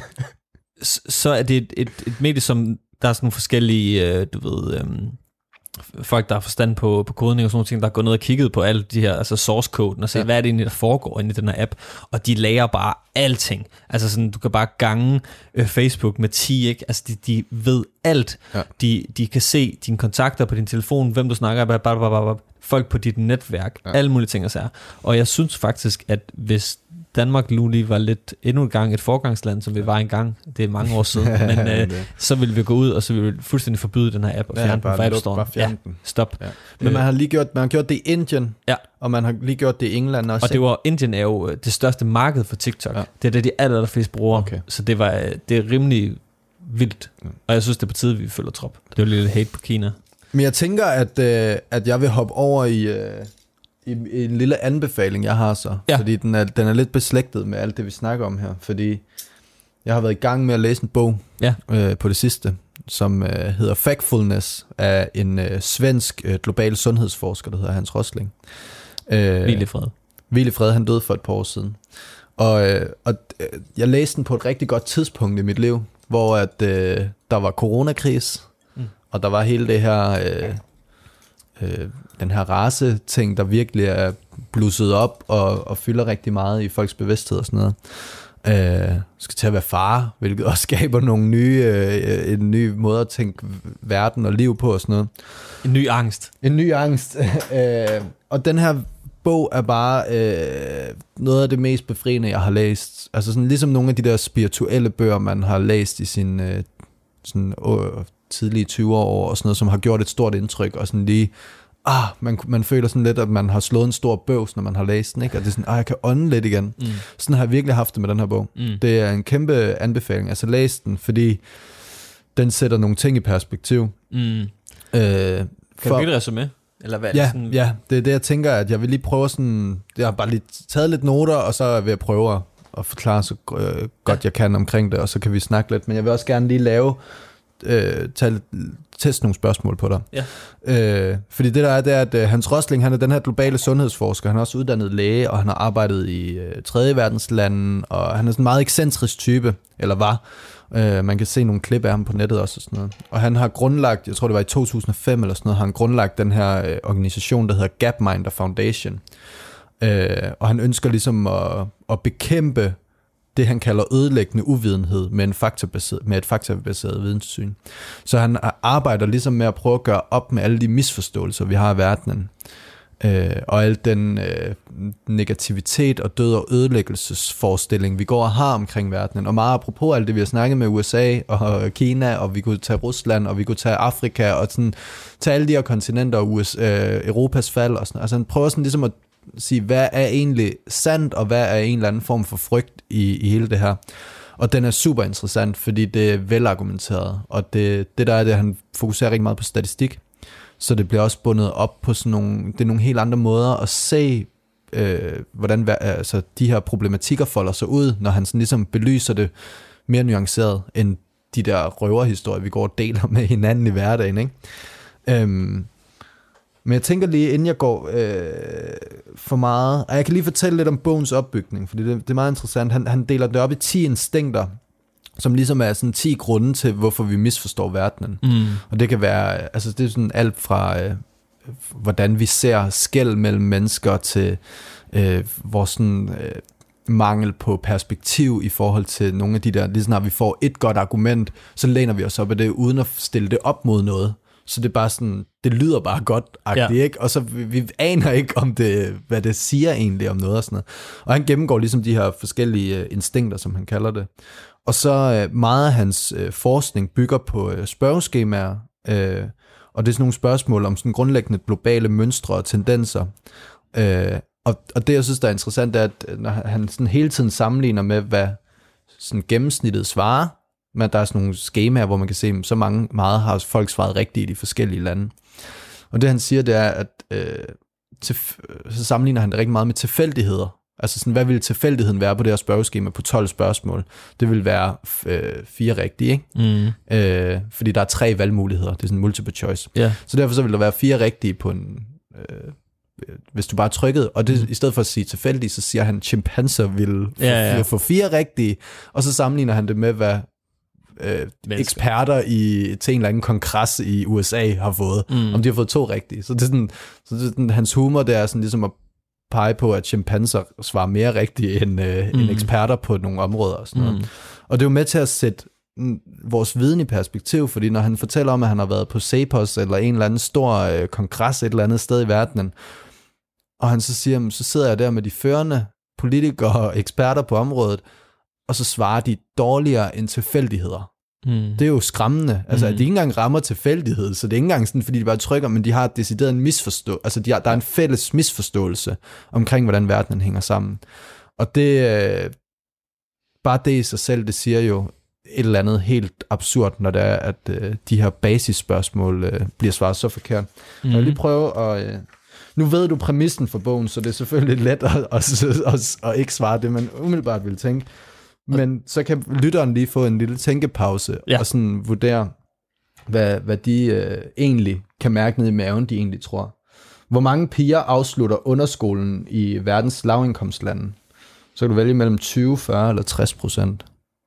så er det et, et, et medie, som der er sådan nogle forskellige, øh, du ved... Øh, folk, der har forstand på, på kodning og sådan nogle ting, der har gået ned og kigget på alle de her, altså source code, og set, ja. hvad er det egentlig, der foregår inde i den her app, og de lærer bare alting. Altså sådan, du kan bare gange øh, Facebook med ti, ikke? Altså de, de ved alt. Ja. De, de kan se dine kontakter på din telefon, hvem du snakker med, bare, bare, bare, folk på dit netværk, ja. alle mulige ting og sager. Og jeg synes faktisk, at hvis Danmark nu lige var lidt endnu en gang et forgangsland, som vi var engang, det er mange år siden, men øh, så ville vi gå ud, og så ville vi fuldstændig forbyde den her app og fjerne ja, den fra App Store. Ja, stop. Ja. Men man har lige gjort, man har gjort det i Indien, ja. og man har lige gjort det i England også. Og det var, Indien er jo det største marked for TikTok. Ja. Det er det, de aller, aller flest bruger, okay. så det, var, det er rimelig vildt, ja. og jeg synes, det er på tide, vi følger trop. Det var lidt hate på Kina. Men jeg tænker, at, øh, at jeg vil hoppe over i... Øh I, i en lille anbefaling, jeg har så. Ja. Fordi den er, den er lidt beslægtet med alt det, vi snakker om her. Fordi jeg har været i gang med at læse en bog ja. øh, på det sidste. som øh, hedder Factfulness, af en øh, svensk øh, global sundhedsforsker, der hedder Hans Rosling. Øh, Hvil i fred. Hvil i fred, han døde for et par år siden. Og, øh, og øh, jeg læste den på et rigtig godt tidspunkt i mit liv, hvor at, øh, der var coronakris, mm. og der var hele det her, øh, øh, den her race-ting, der virkelig er blusset op og, og fylder rigtig meget i folks bevidsthed og sådan noget. Øh, skal til at være far, hvilket også skaber nogle nye, øh, en ny måde at tænke verden og liv på og sådan noget. En ny angst. En ny angst. øh, og den her bog er bare øh, noget af det mest befriende, jeg har læst. Altså sådan ligesom nogle af de der spirituelle bøger, man har læst i sin øh, sådan, øh, tidlige tyve år og sådan noget, som har gjort et stort indtryk, og sådan lige, ah, man, man føler sådan lidt, at man har slået en stor bøvs, når man har læst den, ikke? Og det er sådan, ah, jeg kan ånde lidt igen. Mm. Sådan har jeg virkelig haft det med den her bog. Mm. Det er en kæmpe anbefaling. Altså læs den, fordi den sætter nogle ting i perspektiv. Mm. Øh, kan for, du give et resumé? Eller hvad er ja, det sådan? Ja, det er det, jeg tænker, at jeg vil lige prøve sådan, jeg har bare lige taget lidt noter, og så vil jeg prøve at, at forklare så øh, godt ja. jeg kan omkring det, og så kan vi snakke lidt. Men jeg vil også gerne lige lave, øh, tage, teste nogle spørgsmål på dig. Ja. Øh, fordi det der er, det er, at øh, Hans Rosling, han er den her globale sundhedsforsker, han er også uddannet læge, og han har arbejdet i øh, tredje verdenslande, og han er sådan en meget ekscentrisk type, eller var. Uh, man kan se nogle klip af ham på nettet også og sådan noget. Og han har grundlagt, jeg tror det var i to tusind og fem eller sådan noget, har han grundlagt den her uh, organisation, der hedder Gapminder Foundation. Uh, og han ønsker ligesom at, at bekæmpe det, han kalder ødelæggende uvidenhed med, en faktabaseret, med et faktabaseret videnssyn. Så han arbejder ligesom med at prøve at gøre op med alle de misforståelser, vi har i verdenen. Øh, og al den øh, negativitet og død og ødelæggelsesforestilling, vi går og har omkring verdenen. Og meget apropos alt det, vi har snakket med U S A og Kina, og vi kunne tage Rusland, og vi kunne tage Afrika, og sådan, tage alle de her kontinenter, og U S, øh, Europas fald. Og sådan. Altså han prøver sådan ligesom at sige, hvad er egentlig sandt, og hvad er en eller anden form for frygt i, i hele det her. Og den er super interessant, fordi det er velargumenteret, og det, det der er det, han fokuserer rigtig meget på statistik. Så det bliver også bundet op på sådan nogle, det er nogle helt andre måder at se, øh, hvordan altså, de her problematikker folder sig ud, når han sådan ligesom belyser det mere nuanceret, end de der røverhistorier, vi går og deler med hinanden i hverdagen, ikke? Øhm, men jeg tænker lige, inden jeg går øh, for meget, og jeg kan lige fortælle lidt om bogens opbygning, fordi det, det er meget interessant. Han, han deler det op i ti instinkter, som ligesom er sådan ti grunde til, hvorfor vi misforstår verdenen. Mm. Og det kan være, altså det er sådan alt fra, øh, hvordan vi ser skel mellem mennesker, til øh, vores sådan, øh, mangel på perspektiv i forhold til nogle af de der, lige snart vi får et godt argument, så læner vi os op af det, uden at stille det op mod noget. Så det er bare sådan, det lyder bare godt-agtigt, ja. Ikke? Og så vi, vi aner ikke, om det, hvad det siger egentlig om noget og sådan noget. Og han gennemgår ligesom de her forskellige instinkter, som han kalder det. Og så meget af hans øh, forskning bygger på øh, spørgeskemaer, øh, og det er sådan nogle spørgsmål om sådan grundlæggende globale mønstre og tendenser. Øh, og, og det, jeg synes, der er interessant, er, at når han sådan hele tiden sammenligner med, hvad sådan gennemsnittet svarer, men der er sådan nogle skemaer, hvor man kan se, at så mange, meget har folk svaret rigtigt i de forskellige lande. Og det, han siger, det er, at øh, til, så sammenligner han det rigtig meget med tilfældigheder. Altså sådan, hvad ville tilfældigheden være på det her spørgeskema på tolv spørgsmål? Det vil være øh, fire rigtige, ikke? Mm. Øh, fordi der er tre valgmuligheder. Det er sådan multiple choice. Yeah. Så derfor så vil der være fire rigtige på en... Øh, hvis du bare trykkede, og det, mm. i stedet for at sige tilfældigt, så siger han, at chimpanser vil få, yeah, yeah. få fire rigtige, og så sammenligner han det med, hvad øh, eksperter i, til en eller anden kongres i U S A har fået, mm. om de har fået to rigtige. Så det er sådan, så det er sådan hans humor, det er sådan ligesom at pege på, at chimpanser svarer mere rigtigt end, øh, mm. end eksperter på nogle områder og sådan noget. Mm. Og det er jo med til at sætte vores viden i perspektiv, fordi når han fortæller om, at han har været på CEPOS eller en eller anden stor øh, kongres et eller andet sted i verdenen, og han så siger, så sidder jeg der med de førende politikere og eksperter på området, og så svarer de dårligere end tilfældigheder. Mm. Det er jo skræmmende. Altså, mm. at de ikke engang rammer tilfældighed, så det er ikke engang sådan, fordi de bare trykker, men de har decideret en misforståelse. Altså, de har, der er en fælles misforståelse omkring, hvordan verdenen hænger sammen. Og det, øh, bare det i sig selv, det siger jo et eller andet helt absurd, når det er, at øh, de her basisspørgsmål øh, bliver svaret så forkert. Mm. Jeg vil lige prøve at... Øh, nu ved du præmissen for bogen, så det er selvfølgelig let at, at, at, at, at ikke svare det, man umiddelbart vil tænke. Men så kan lytteren lige få en lille tænkepause, ja. Og sådan vurdere, hvad, hvad de øh, egentlig kan mærke ned i maven, de egentlig tror. Hvor mange piger afslutter underskolen i verdens lavindkomstlande? Så kan du vælge mellem tyve, fyrre eller tres procent.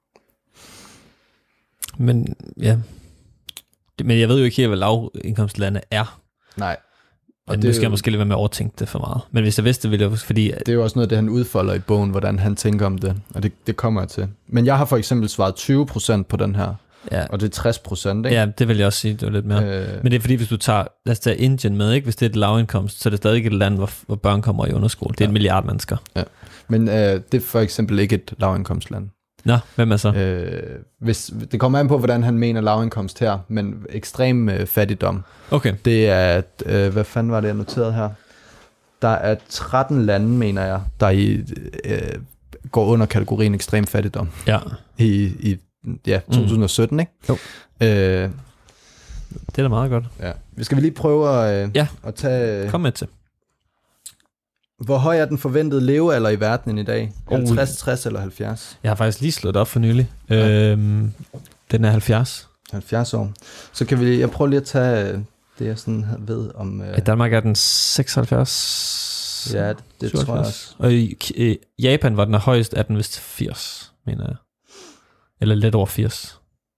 Men ja, men jeg ved jo ikke helt, hvad lavindkomstlande er. Nej. Og det nu skal jeg måske lidt være med at overtænke det for meget. Men hvis jeg vidste det, ville jeg fordi... Det er jo også noget, det han udfolder i bogen, hvordan han tænker om det. Og det, det kommer jeg til. Men jeg har for eksempel svaret tyve procent på den her. Ja. Og det er tres procent, ikke? Ja, det vil jeg også sige, det var lidt mere. Øh... Men det er fordi, hvis du tager, lad os tage Indien med, ikke? Hvis det er et lavindkomst, så er det stadig et land, hvor, hvor børn kommer i underskole. Det er ja. en milliard mennesker. Ja. Men øh, det er for eksempel ikke et lavindkomstland. Nå, hvem er så? Øh, hvis, det kommer an på, hvordan han mener lavindkomst her, men ekstrem øh, fattigdom. Okay. Det er, øh, hvad fanden var det, jeg noterede her? Der er tretten lande, mener jeg, der i, øh, går under kategorien ekstrem fattigdom. Ja. I, i ja, to tusind og sytten, mm. ikke? Jo. Øh, det er da meget godt. Ja. Vi skal vi lige prøve at, øh, ja. at tage... Kom med til. Hvor høj er den forventede levealder i verden i dag? halvtreds, tres eller halvfjerds? Jeg har faktisk lige slået op for nylig. Ja. Øhm, den er halvfjerds. halvfjerds år. Så kan vi, jeg prøver lige at tage det, jeg sådan ved om... Øh... I Danmark er den seksoghalvfjerds. Ja, det, det tror jeg også. Og i øh, Japan var den højst, er den vist firs, mener jeg. Eller lidt over firs.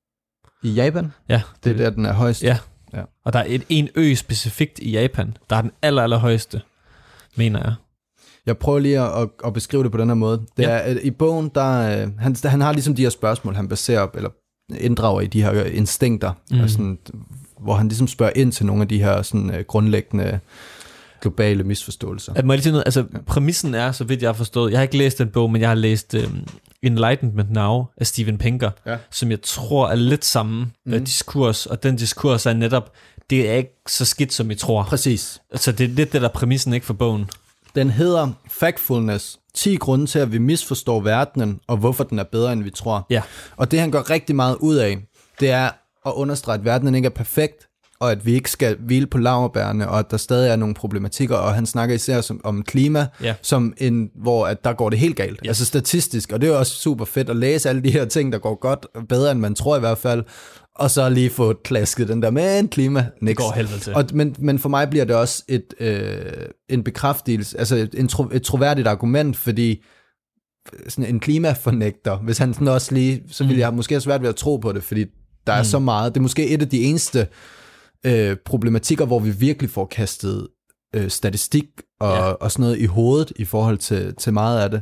I Japan? Ja. Det er der, den er højst? Ja. ja. Og der er et, en ø specifikt i Japan, der er den aller, aller højeste, mener jeg. Jeg prøver lige at, at beskrive det på den her måde. Det ja. er, at i bogen, der, han, han har ligesom de her spørgsmål, han baserer op, eller inddrager i de her instinkter, mm. og sådan, hvor han ligesom spørger ind til nogle af de her sådan, grundlæggende globale misforståelser. At må jeg lige sige noget? Altså, ja. Præmissen er, så vidt jeg har forstået, jeg har ikke læst den bog, men jeg har læst um, Enlightenment Now af Steven Pinker, ja. som jeg tror er lidt samme mm. uh, diskurs, og den diskurs er netop, det er ikke så skidt, som I tror. Præcis. Så det er lidt det, der præmissen ikke for bogen. Den hedder Factfulness. ti grunde til, at vi misforstår verdenen, og hvorfor den er bedre, end vi tror. Ja. Og det, han gør rigtig meget ud af, det er at understrege, at verdenen ikke er perfekt, og at vi ikke skal hvile på laurbærrene, og at der stadig er nogle problematikker, og han snakker især som, om klima, ja. som en, hvor at der går det helt galt. Ja. Altså statistisk, og det er jo også super fedt at læse alle de her ting, der går godt, bedre end man tror i hvert fald, og så lige få klasket den der med en klima. Det går helvede til. Og, men, men for mig bliver det også et, øh, en bekræftelse, altså et, en tro, et troværdigt argument, fordi sådan en klimafornægter, hvis han sådan også lige, så ville jeg måske have svært ved at tro på det, fordi der er mm. så meget. Det er måske et af de eneste øh, problematikker, hvor vi virkelig får kastet øh, statistik og, ja. og sådan noget i hovedet i forhold til, til meget af det.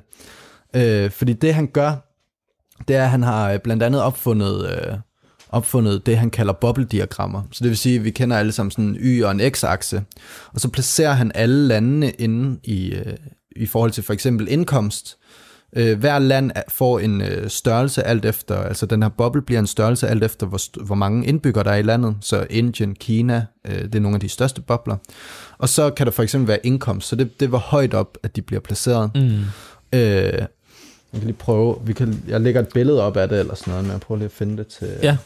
Øh, fordi det han gør, det er, at han har blandt andet opfundet... Øh, opfundet det, han kalder boblediagrammer. Så det vil sige, at vi kender alle sammen sådan en y- og en x-akse. Og så placerer han alle landene inde i, øh, i forhold til for eksempel indkomst. Øh, hver land får en øh, størrelse alt efter, altså den her boble bliver en størrelse alt efter, hvor, hvor mange indbyggere der er i landet. Så Indien, Kina, øh, det er nogle af de største bobler. Og så kan der for eksempel være indkomst. Så det, det var højt op, at de bliver placeret. Mm. Øh, jeg kan lige prøve, vi kan, jeg lægger et billede op af det eller sådan noget, men jeg prøver lige at finde det til... Ja.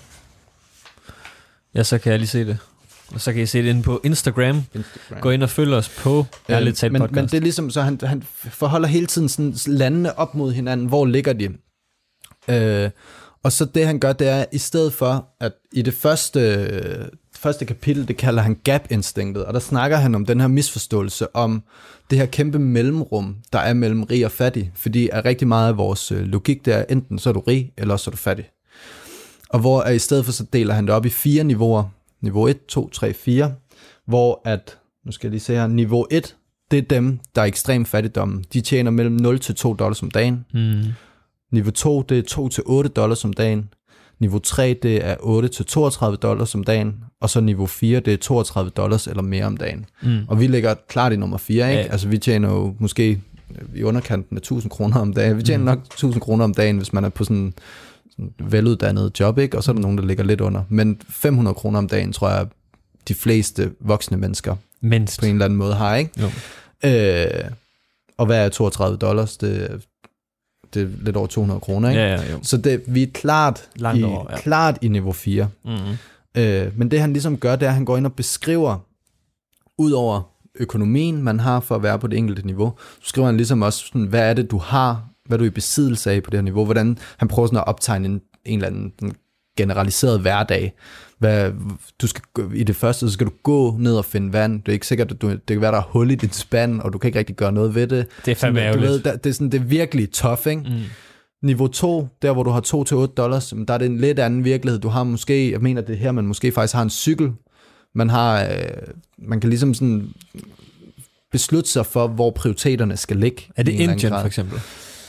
Ja, så kan jeg lige se det. Og så kan I se det inde på Instagram. Instagram. Gå ind og følg os på Ærligt Talt men, Podcast. Men det er ligesom, så han, han forholder hele tiden sådan landene op mod hinanden. Hvor ligger de? Øh, og så det han gør, det er, i stedet for, at i det første, første kapitel, det kalder han gap-instinktet, og der snakker han om den her misforståelse, om det her kæmpe mellemrum, der er mellem rig og fattig. Fordi er rigtig meget af vores logik, det er, enten så er du rig, eller så er du fattig. Og hvor at i stedet for, så deler han det op i fire niveauer. Niveau et, to, tre, fire. Hvor at, nu skal jeg lige se her, niveau et, det er dem, der er ekstrem fattigdom. De tjener mellem nul til to dollars om dagen. Mm. Niveau to, det er to til otte dollars om dagen. Niveau tre, det er otte til toogtredive dollars om dagen. Og så niveau fire, det er toogtredive dollars eller mere om dagen. Mm. Og vi ligger klart i nummer fire, ikke? Ja. Altså vi tjener jo måske i underkanten af tusind kroner om dagen. Vi tjener mm. nok tusind kroner om dagen, hvis man er på sådan veluddannet job, ikke? Og så er der nogen, der ligger lidt under. Men fem hundrede kroner om dagen, tror jeg, de fleste voksne mennesker mindst på en eller anden måde har, ikke? Jo. Øh, og hvad er toogtredive dollars? Det, det er lidt over to hundrede kroner, ikke? Ja, ja, jo. Så det, vi er klart i, over, ja. klart i niveau fire. Mm-hmm. Øh, men det han ligesom gør, det er, at han går ind og beskriver, ud over økonomien, man har for at være på det enkelte niveau, så skriver han ligesom også, sådan, hvad er det, du har, hvad du er i besiddelse af på det her niveau, hvordan han prøver sådan at optegne en, en eller anden generaliseret hverdag, hvad, du skal, i det første, så skal du gå ned og finde vand. Det er ikke sikkert, at du, det kan være, der er hul i dit spand, og du kan ikke rigtig gøre noget ved det. Det er fandme ærgerligt. Det er sådan, det er virkelig tough, ikke? Mm. Niveau to, der hvor du har to til otte dollars, der er det en lidt anden virkelighed. Du har måske, jeg mener det her, man måske faktisk har en cykel. Man har, øh, man kan ligesom sådan beslutte sig for, hvor prioriteterne skal ligge. Er det Indien for eksempel?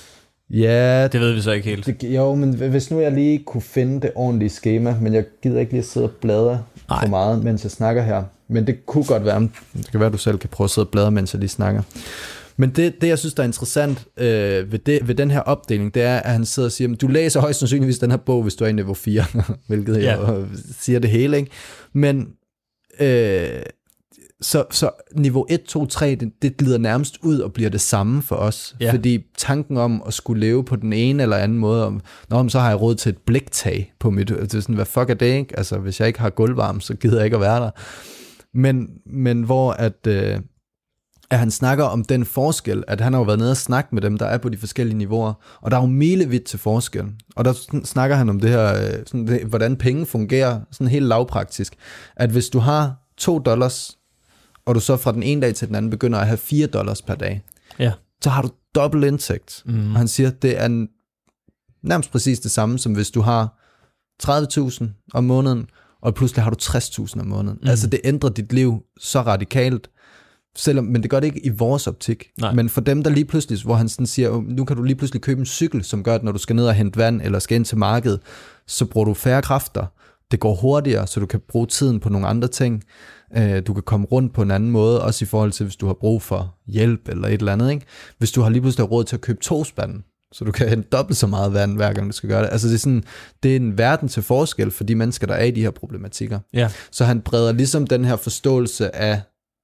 Ja, det ved vi så ikke helt. Det, jo, men hvis nu jeg lige kunne finde det ordentlige schema, men jeg gider ikke lige at sidde og bladre for meget, mens jeg snakker her. Men det kunne godt være, det kan være, at du selv kan prøve at sidde og bladre, mens jeg lige snakker. Men det, det jeg synes, der er interessant øh, ved, det, ved den her opdeling, det er, at han sidder og siger, du læser højst sandsynligvis den her bog, hvis du er i niveau fire, hvilket ja. jeg siger det hele, ikke? Men øh, så, så niveau et, to, tre, det, det glider nærmest ud og bliver det samme for os. Ja. Fordi tanken om at skulle leve på den ene eller anden måde, om, Nå, så har jeg råd til et bliktag på mit, det er sådan, hvad fuck er det, ikke? Altså, hvis jeg ikke har gulvvarme, så gider jeg ikke at være der. Men, men hvor at... Øh, at han snakker om den forskel, at han har jo været nede og snakke med dem, der er på de forskellige niveauer, og der er jo milevidt til forskel. Og der snakker han om det her, sådan det, hvordan penge fungerer, sådan helt lavpraktisk. At hvis du har to dollars, og du så fra den ene dag til den anden begynder at have fire dollars per dag, ja. så har du dobbelt indtægt. Mm. Og han siger, at det er nærmest præcis det samme, som hvis du har tredive tusind om måneden, og pludselig har du tres tusind om måneden. Mm. Altså det ændrer dit liv så radikalt, selvom, men det gør det ikke i vores optik. Nej. Men for dem, der lige pludselig, hvor han sådan siger, nu kan du lige pludselig købe en cykel, som gør, at når du skal ned og hente vand, eller skal ind til markedet, så bruger du færre kræfter. Det går hurtigere, så du kan bruge tiden på nogle andre ting. Du kan komme rundt på en anden måde, også i forhold til, hvis du har brug for hjælp, eller et eller andet. Ikke? Hvis du har lige pludselig råd til at købe to spande, så du kan hente dobbelt så meget vand, hver gang du skal gøre det. Altså det er sådan, det er en verden til forskel for de mennesker, der er i de her problematikker. Ja. Så han breder ligesom den her forståelse af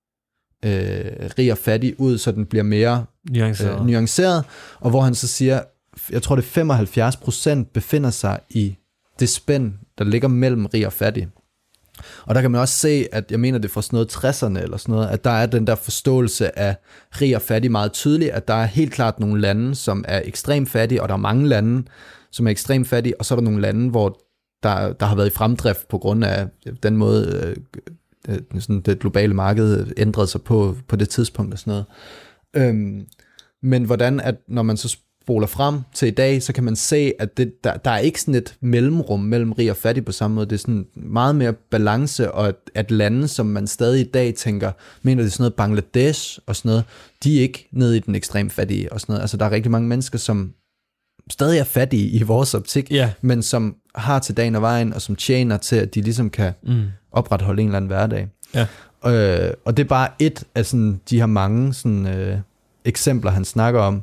Øh, rig og fattig ud, så den bliver mere nuanceret. Øh, nuanceret, og hvor han så siger, jeg tror det er femoghalvfjerds procent befinder sig i det spænd, der ligger mellem rig og fattig. Og der kan man også se, at jeg mener det fra sådan noget tresserne eller sådan noget, at der er den der forståelse af rig og fattig meget tydelig, at der er helt klart nogle lande, som er ekstremt fattige, og der er mange lande, som er ekstremt fattige, og så er der nogle lande, hvor der, der har været i fremdrift på grund af den måde øh, sådan det globale marked ændrede sig på, på det tidspunkt og sådan noget. Øhm, men hvordan, at når man så spoler frem til i dag, så kan man se, at det, der, der er ikke sådan et mellemrum mellem rig og fattig på samme måde. Det er sådan meget mere balance, og at, at lande, som man stadig i dag tænker, mener det er sådan noget Bangladesh og sådan noget, de er ikke nede i den ekstremt fattige og sådan noget. Altså der er rigtig mange mennesker, som stadig er fattige i vores optik, yeah. men som har til dagen og vejen, og som tjener til, at de ligesom kan mm. opretholde en eller anden hverdag. Ja. Øh, og det er bare et af sådan, de her mange sådan, øh, eksempler, han snakker om.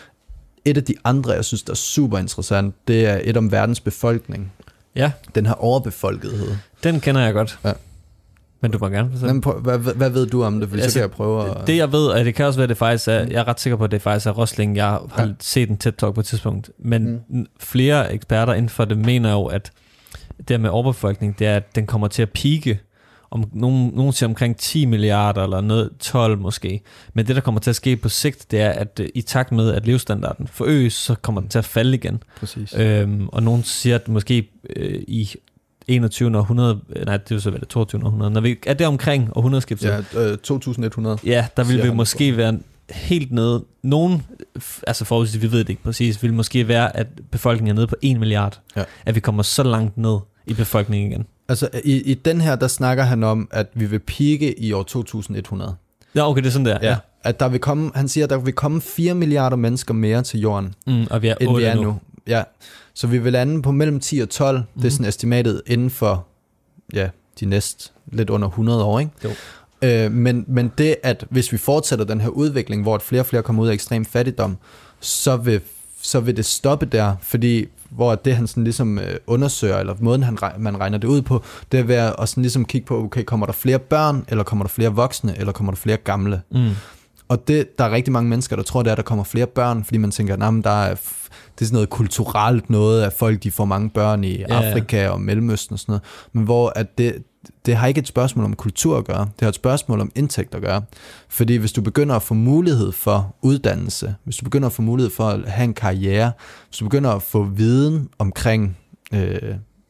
Et af de andre, jeg synes, der er super interessant, det er et om verdens befolkning. Ja. Den her overbefolkethed. Den kender jeg godt. Ja. Men du må gerne fortælle. Hvad, hvad, hvad ved du om det? Fordi altså, så kan jeg prøve at... Det jeg ved, og det kan også være, det faktisk er, jeg er ret sikker på, at det faktisk er Rosling. Jeg har ja. set en TED-talk på et tidspunkt. Men mm. flere eksperter inden for det mener jo, at det her med overbefolkning, det er, at den kommer til at pike om nogen, nogen siger omkring ti milliarder eller noget, tolv måske. Men det, der kommer til at ske på sigt, det er, at i takt med, at levestandarden forøges, så kommer den til at falde igen. Præcis. Øhm, og nogen siger, at måske øh, i enogtyvende århundrede, nej, det er jo så vel det toogtyvende århundrede, når vi er der omkring århundredeskiftet. Ja, øh, to tusind et hundrede. Ja, der vil vi måske være helt nede. Nogen, altså forudset, vi ved det ikke præcis, vil måske være, at befolkningen er nede på en milliard. Ja. At vi kommer så langt ned i befolkningen igen. Altså i, i den her, der snakker han om, at vi vil peake i år to tusind et hundrede. Ja, okay, det er sådan der. Ja, ja. At der vil komme, han siger, at der vil komme fire milliarder mennesker mere til jorden, mm, og vi er end vi er nu. nu. Ja, så vi vil lande på mellem ti og tolv, mm. det er sådan estimatet inden for ja, de næste lidt under hundrede år, ikke? Jo. Øh, men, men det, at hvis vi fortsætter den her udvikling, hvor at flere og flere kommer ud af ekstrem fattigdom, så vil, så vil det stoppe der, fordi hvor det han sådan ligesom øh, undersøger, eller måden han, man regner det ud på, det er ved at sådan ligesom kigge på, okay, kommer der flere børn, eller kommer der flere voksne, eller kommer der flere gamle? Mm. Og det, der er rigtig mange mennesker, der tror, det er, at der kommer flere børn, fordi man tænker, nah, der er, det er sådan noget kulturelt noget, at folk de får mange børn i ja, Afrika ja. og Mellemøsten og sådan noget. Men hvor at det, det har ikke et spørgsmål om kultur at gøre, det har et spørgsmål om indtægt at gøre. Fordi hvis du begynder at få mulighed for uddannelse, hvis du begynder at få mulighed for at have en karriere, hvis du begynder at få viden omkring øh,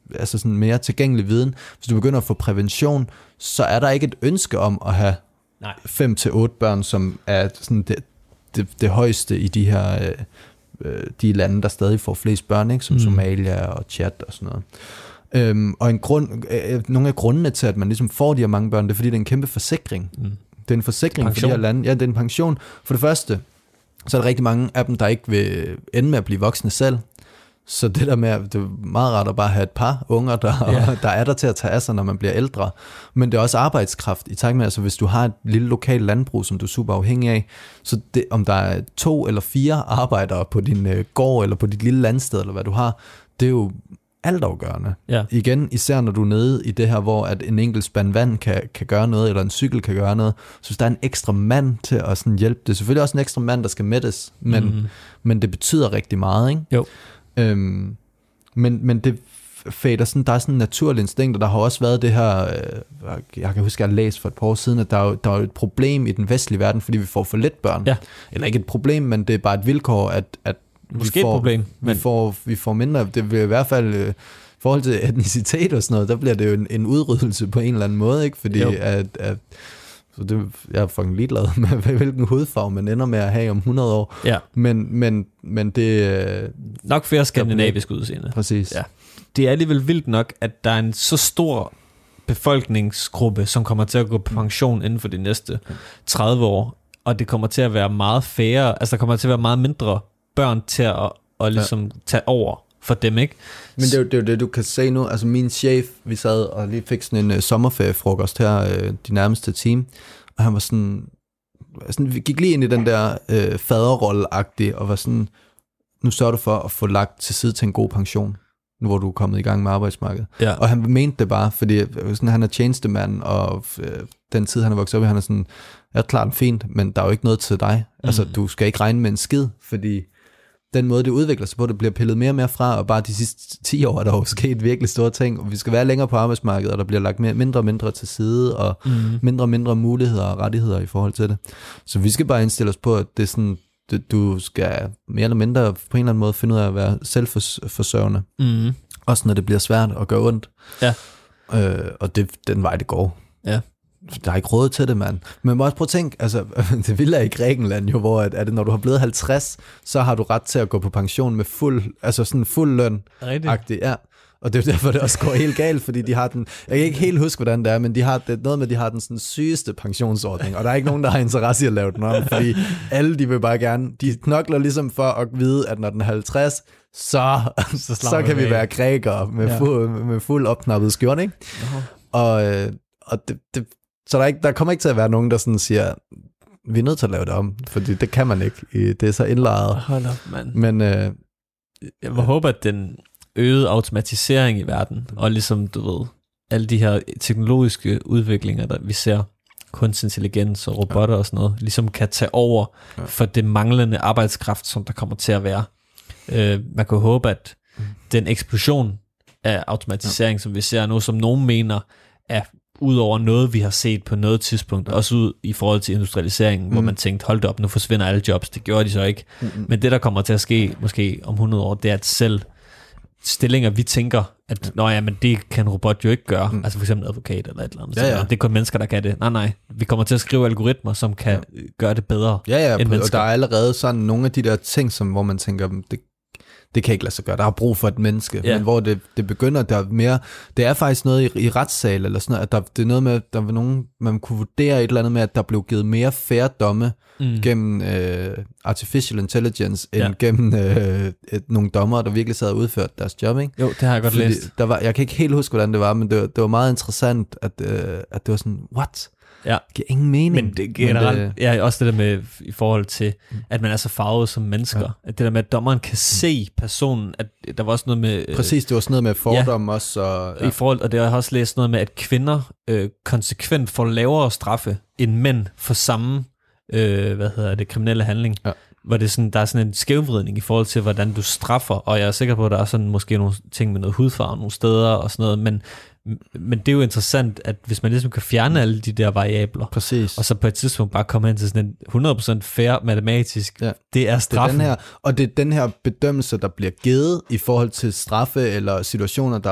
altså sådan mere tilgængelig viden. Hvis du begynder at få prævention, så er der ikke et ønske om at have Nej. fem til otte børn, som er sådan det, det, det højeste i de her øh, de lande, der stadig får flest børn, ikke? Som mm. Somalia og Chad og sådan noget. Øhm, og en grund, øh, nogle af grundene til, at man ligesom får de her mange børn, det er, fordi det er en kæmpe forsikring. Mm. Det er en forsikring pension. For de her lande. Ja, det er en pension. For det første, så er der rigtig mange af dem, der ikke vil ende med at blive voksne selv. Så det der med, det er meget rart at bare have et par unger, der, yeah. der er der til at tage af sig, når man bliver ældre. Men det er også arbejdskraft i takt med, altså hvis du har et lille lokalt landbrug, som du er super afhængig af, så det, om der er to eller fire arbejdere på din øh, gård, eller på dit lille landsted, eller hvad du har, det er jo altafgørende. Ja. Igen, især når du er nede i det her, hvor at en enkelt spand vand kan, kan gøre noget, eller en cykel kan gøre noget. Så hvis der er en ekstra mand til at sådan hjælpe, det er selvfølgelig også en ekstra mand, der skal mættes, men, mm-hmm. men det betyder rigtig meget, ikke? Jo. Øhm, men, men det fader sådan, der er sådan en naturlig instinkt, og der har også været det her, øh, jeg kan huske, at jeg læste for et par år siden, at der er, der er et problem i den vestlige verden, fordi vi får for lidt børn. Ja. Eller ikke et problem, men det er bare et vilkår, at, at Måske vi, får, et problem, men... vi, får, vi får mindre. Det vil i hvert fald, øh, i forhold til etnicitet og sådan noget, der bliver det jo en, en udryddelse på en eller anden måde, ikke? Fordi at, at så det, jeg er fucking ligeglad med, hvilken hudfarve man ender med at have om hundrede år. Ja. Men, men, men det... Nok flere skandinavisk udseende. Præcis. Ja. Det er alligevel vildt nok, at der er en så stor befolkningsgruppe, som kommer til at gå på pension inden for de næste tredive år, og det kommer til at være meget færre, altså der kommer til at være meget mindre børn til at, at ligesom ja. tage over for dem, ikke? Men det er, jo, det er jo det, du kan se nu. Altså min chef, vi sad og lige fik sådan en uh, sommerferiefrokost her, uh, de nærmeste team, og han var sådan, sådan, vi gik lige ind i den der uh, faderrolle-agtige, og var sådan, nu sørger du for at få lagt til side til en god pension, nu hvor du er kommet i gang med arbejdsmarkedet. Ja. Og han mente det bare, fordi sådan, han er tjenestemand, og uh, den tid, han er vokset op i, han er sådan, ja, klart fint, men der er jo ikke noget til dig. Mm. Altså, du skal ikke regne med en skid, fordi den måde, det udvikler sig på, det bliver pillet mere og mere fra, og bare de sidste ti år er der jo sket virkelig store ting, og vi skal være længere på arbejdsmarkedet, og der bliver lagt mere, mindre og mindre til side, og mm. mindre og mindre muligheder og rettigheder i forhold til det. Så vi skal bare indstille os på, at det er sådan, det, du skal mere eller mindre på en eller anden måde finde ud af at være selvforsørgende. Mm. Også når det bliver svært og gør ondt. Ja. Øh, og det den vej, det går. Ja. Der er ikke råd til det, mand. Men man må også prøve at tænke, altså, det vilde er i Grækenland jo, hvor at, at når du har blevet halvtreds, så har du ret til at gå på pension med fuld, altså sådan fuld løn-agtig. Ja. Og det er derfor, det også går helt galt, fordi de har den, jeg kan ikke helt huske, hvordan det er, men de har det, noget med, at de har den sådan sygeste pensionsordning, og der er ikke nogen, der har interesse i at lave den om, fordi alle, de vil bare gerne, de knokler ligesom for at vide, at når den er halvtreds, så, så, så kan vi være grækere med, ja. fuld, med fuld opknappet skjorte, ikke? Uh-huh. Og, og det, det Så der, er ikke, der kommer ikke til at være nogen, der sådan siger, vi er nødt til at lave det om, fordi det kan man ikke. Det er så indlejret. Hold op, mand. Men øh, jeg må håbe, at den øgede automatisering i verden, og ligesom, du ved, alle de her teknologiske udviklinger, der vi ser, kunstig intelligens og robotter ja. og sådan noget, ligesom kan tage over ja. for det manglende arbejdskraft, som der kommer til at være. Øh, man kan håbe, at mm. den eksplosion af automatisering, ja. som vi ser nu, som nogen mener, er udover noget, vi har set på noget tidspunkt, også ud i forhold til industrialiseringen, mm. hvor man tænkte, hold da op, nu forsvinder alle jobs. Det gjorde de så ikke. Mm-hmm. Men det, der kommer til at ske, måske om hundrede år, det er, at selv stillinger, vi tænker, at nå ja, men det kan en robot jo ikke gøre. Mm. Altså for eksempel advokat eller et eller andet. Ja, ja. Det er kun mennesker, der kan det. Nej, nej. Vi kommer til at skrive algoritmer, som kan ja. gøre det bedre ja, ja, end på, mennesker. Og der er allerede sådan nogle af de der ting, som, hvor man tænker, det det kan ikke lade sig gøre. Der er brug for et menneske. Ja. Men hvor det, det begynder, der er mere, det er faktisk noget i, i retssal, eller sådan noget, at der, det er noget med, der var nogen, man kunne vurdere et eller andet med, at der blev givet mere fair domme mm. gennem øh, artificial intelligence, end ja. gennem øh, et, nogle dommere, der virkelig sad og udførte deres job, ikke? Jo, det har jeg godt Fordi læst. Der var, jeg kan ikke helt huske, hvordan det var, men det var, det var meget interessant, at, øh, at det var sådan, what? Ja. Det giver ingen mening. Men det generelt, men det, ja, også det der med, i forhold til, at man er så farvet som mennesker, ja. at det der med, at dommeren kan se personen, at der var også noget med... Præcis, det var sådan noget med fordomme ja, også. Og, ja. i forhold, og det har jeg også læst noget med, at kvinder øh, konsekvent får lavere straffe, end mænd for samme, øh, hvad hedder det, kriminelle handling. Ja. Hvor det sådan, der er sådan en skævvridning i forhold til, hvordan du straffer, og jeg er sikker på, at der er sådan måske nogle ting med noget hudfarve nogle steder og sådan noget, men Men det er jo interessant, at hvis man ligesom kan fjerne alle de der variabler, præcis. og så på et tidspunkt bare komme hen til sådan en hundrede procent fair matematisk, ja. det er straffen. Det er den her, og det er den her bedømmelse, der bliver givet i forhold til straffe eller situationer, der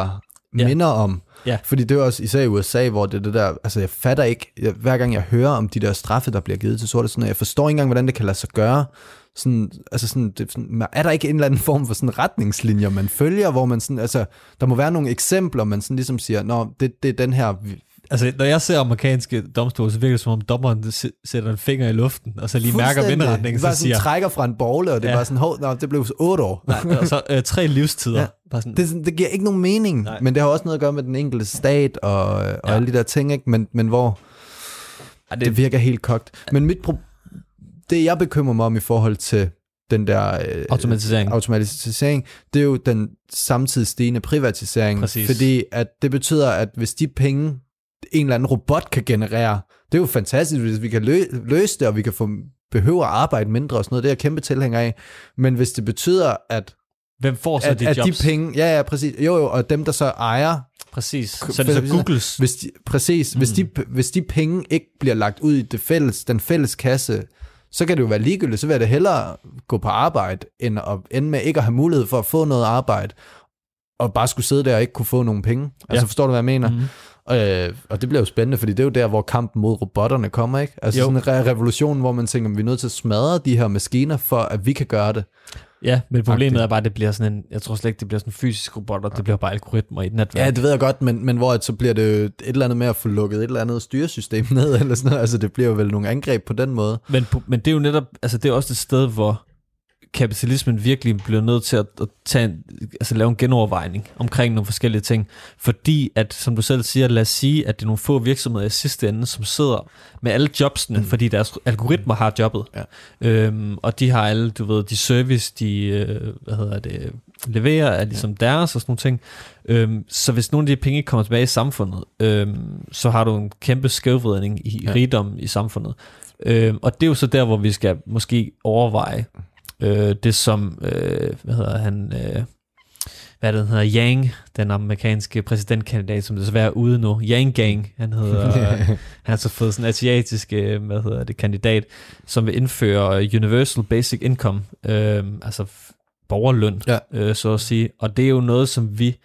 ja. minder om. Ja. Fordi det er også især i U S A, hvor det er det der, altså jeg fatter ikke, jeg, hver gang jeg hører om de der straffe, der bliver givet til sorte, sådan, jeg forstår ikke engang, hvordan det kan lade sig gøre. Sådan, altså sådan, det, sådan, er der ikke en eller anden form for sådan retningslinjer, man følger, hvor man sådan, altså, der må være nogle eksempler, man sådan ligesom siger, nå, det, det er den her... Altså, når jeg ser amerikanske domstole, så virker det som om dommeren sætter en finger i luften, og så lige mærker vindretningen, så siger... Det trækker fra en bogle, og det ja. var sådan, hov, nå, det blev så otte år. Nej, og så øh, tre livstider. Ja. Bare sådan. Det, det giver ikke nogen mening, Nej. men det har også noget at gøre med den enkelte stat, og, og ja. alle de der ting, ikke? Men, men hvor... Ja, det... det virker helt kogt. Men mit pro... det, jeg bekymrer mig om i forhold til den der øh, automatisering. automatisering, det er jo den samtidig stigende privatisering. Præcis. Fordi at det betyder, at hvis de penge, en eller anden robot kan generere, det er jo fantastisk, hvis vi kan lø- løse det, og vi kan få behøver at arbejde mindre og sådan noget, det er jeg kæmpe tilhænger af. Men hvis det betyder, at hvem får så at, de at jobs? de penge, ja, ja, præcis. Jo, jo, og dem, der så ejer... Præcis, så det så Googles. Hvis de, præcis, mm. hvis, de, hvis de penge ikke bliver lagt ud i det fælles, den fælles kasse, så kan det jo være ligegyldigt, så vil jeg da hellere gå på arbejde, end at ende med ikke at have mulighed for at få noget arbejde, og bare skulle sidde der og ikke kunne få nogen penge. Altså, ja. Forstår du, hvad jeg mener? Mm. Øh, og det bliver jo spændende, fordi det er jo der, hvor kampen mod robotterne kommer, ikke? Altså jo. Sådan en re- revolution, hvor man tænker, at vi er nødt til at smadre de her maskiner, for at vi kan gøre det. Ja, men problemet er bare, at det bliver sådan en, jeg tror slet ikke, det bliver sådan en fysisk robot, og det bliver bare algoritmer i et netværk. Ja, det ved jeg godt, men, men hvor så bliver det et eller andet med at få lukket et eller andet styresystem ned, eller sådan noget. Altså det bliver jo vel nogle angreb på den måde. Men, men det er jo netop, altså det er også et sted, hvor kapitalismen virkelig bliver nødt til at, at tage en, altså lave en genovervejning omkring nogle forskellige ting, fordi at, som du selv siger, lad os sige, at det er nogle få virksomheder i sidste ende, som sidder med alle jobsene, mm. fordi deres algoritmer har jobbet, ja. øhm, og de har alle, du ved, de service, de, øh, hvad hedder det, leverer, er ligesom ja. deres og sådan nogle ting, øhm, så hvis nogle af de penge kommer tilbage i samfundet, øhm, så har du en kæmpe skævvridning i ja. rigdom i samfundet, øhm, og det er jo så der, hvor vi skal måske overveje, Øh, det som, øh, hvad hedder han, øh, hvad det hedder, Yang, den amerikanske præsidentkandidat, som desværre er ude nu, Yang Gang, han hedder, øh, han har så fået sådan en asiatisk, øh, hvad hedder det, kandidat, som vil indføre Universal Basic Income, øh, altså borgerløn, ja. øh, så at sige, og det er jo noget, som vi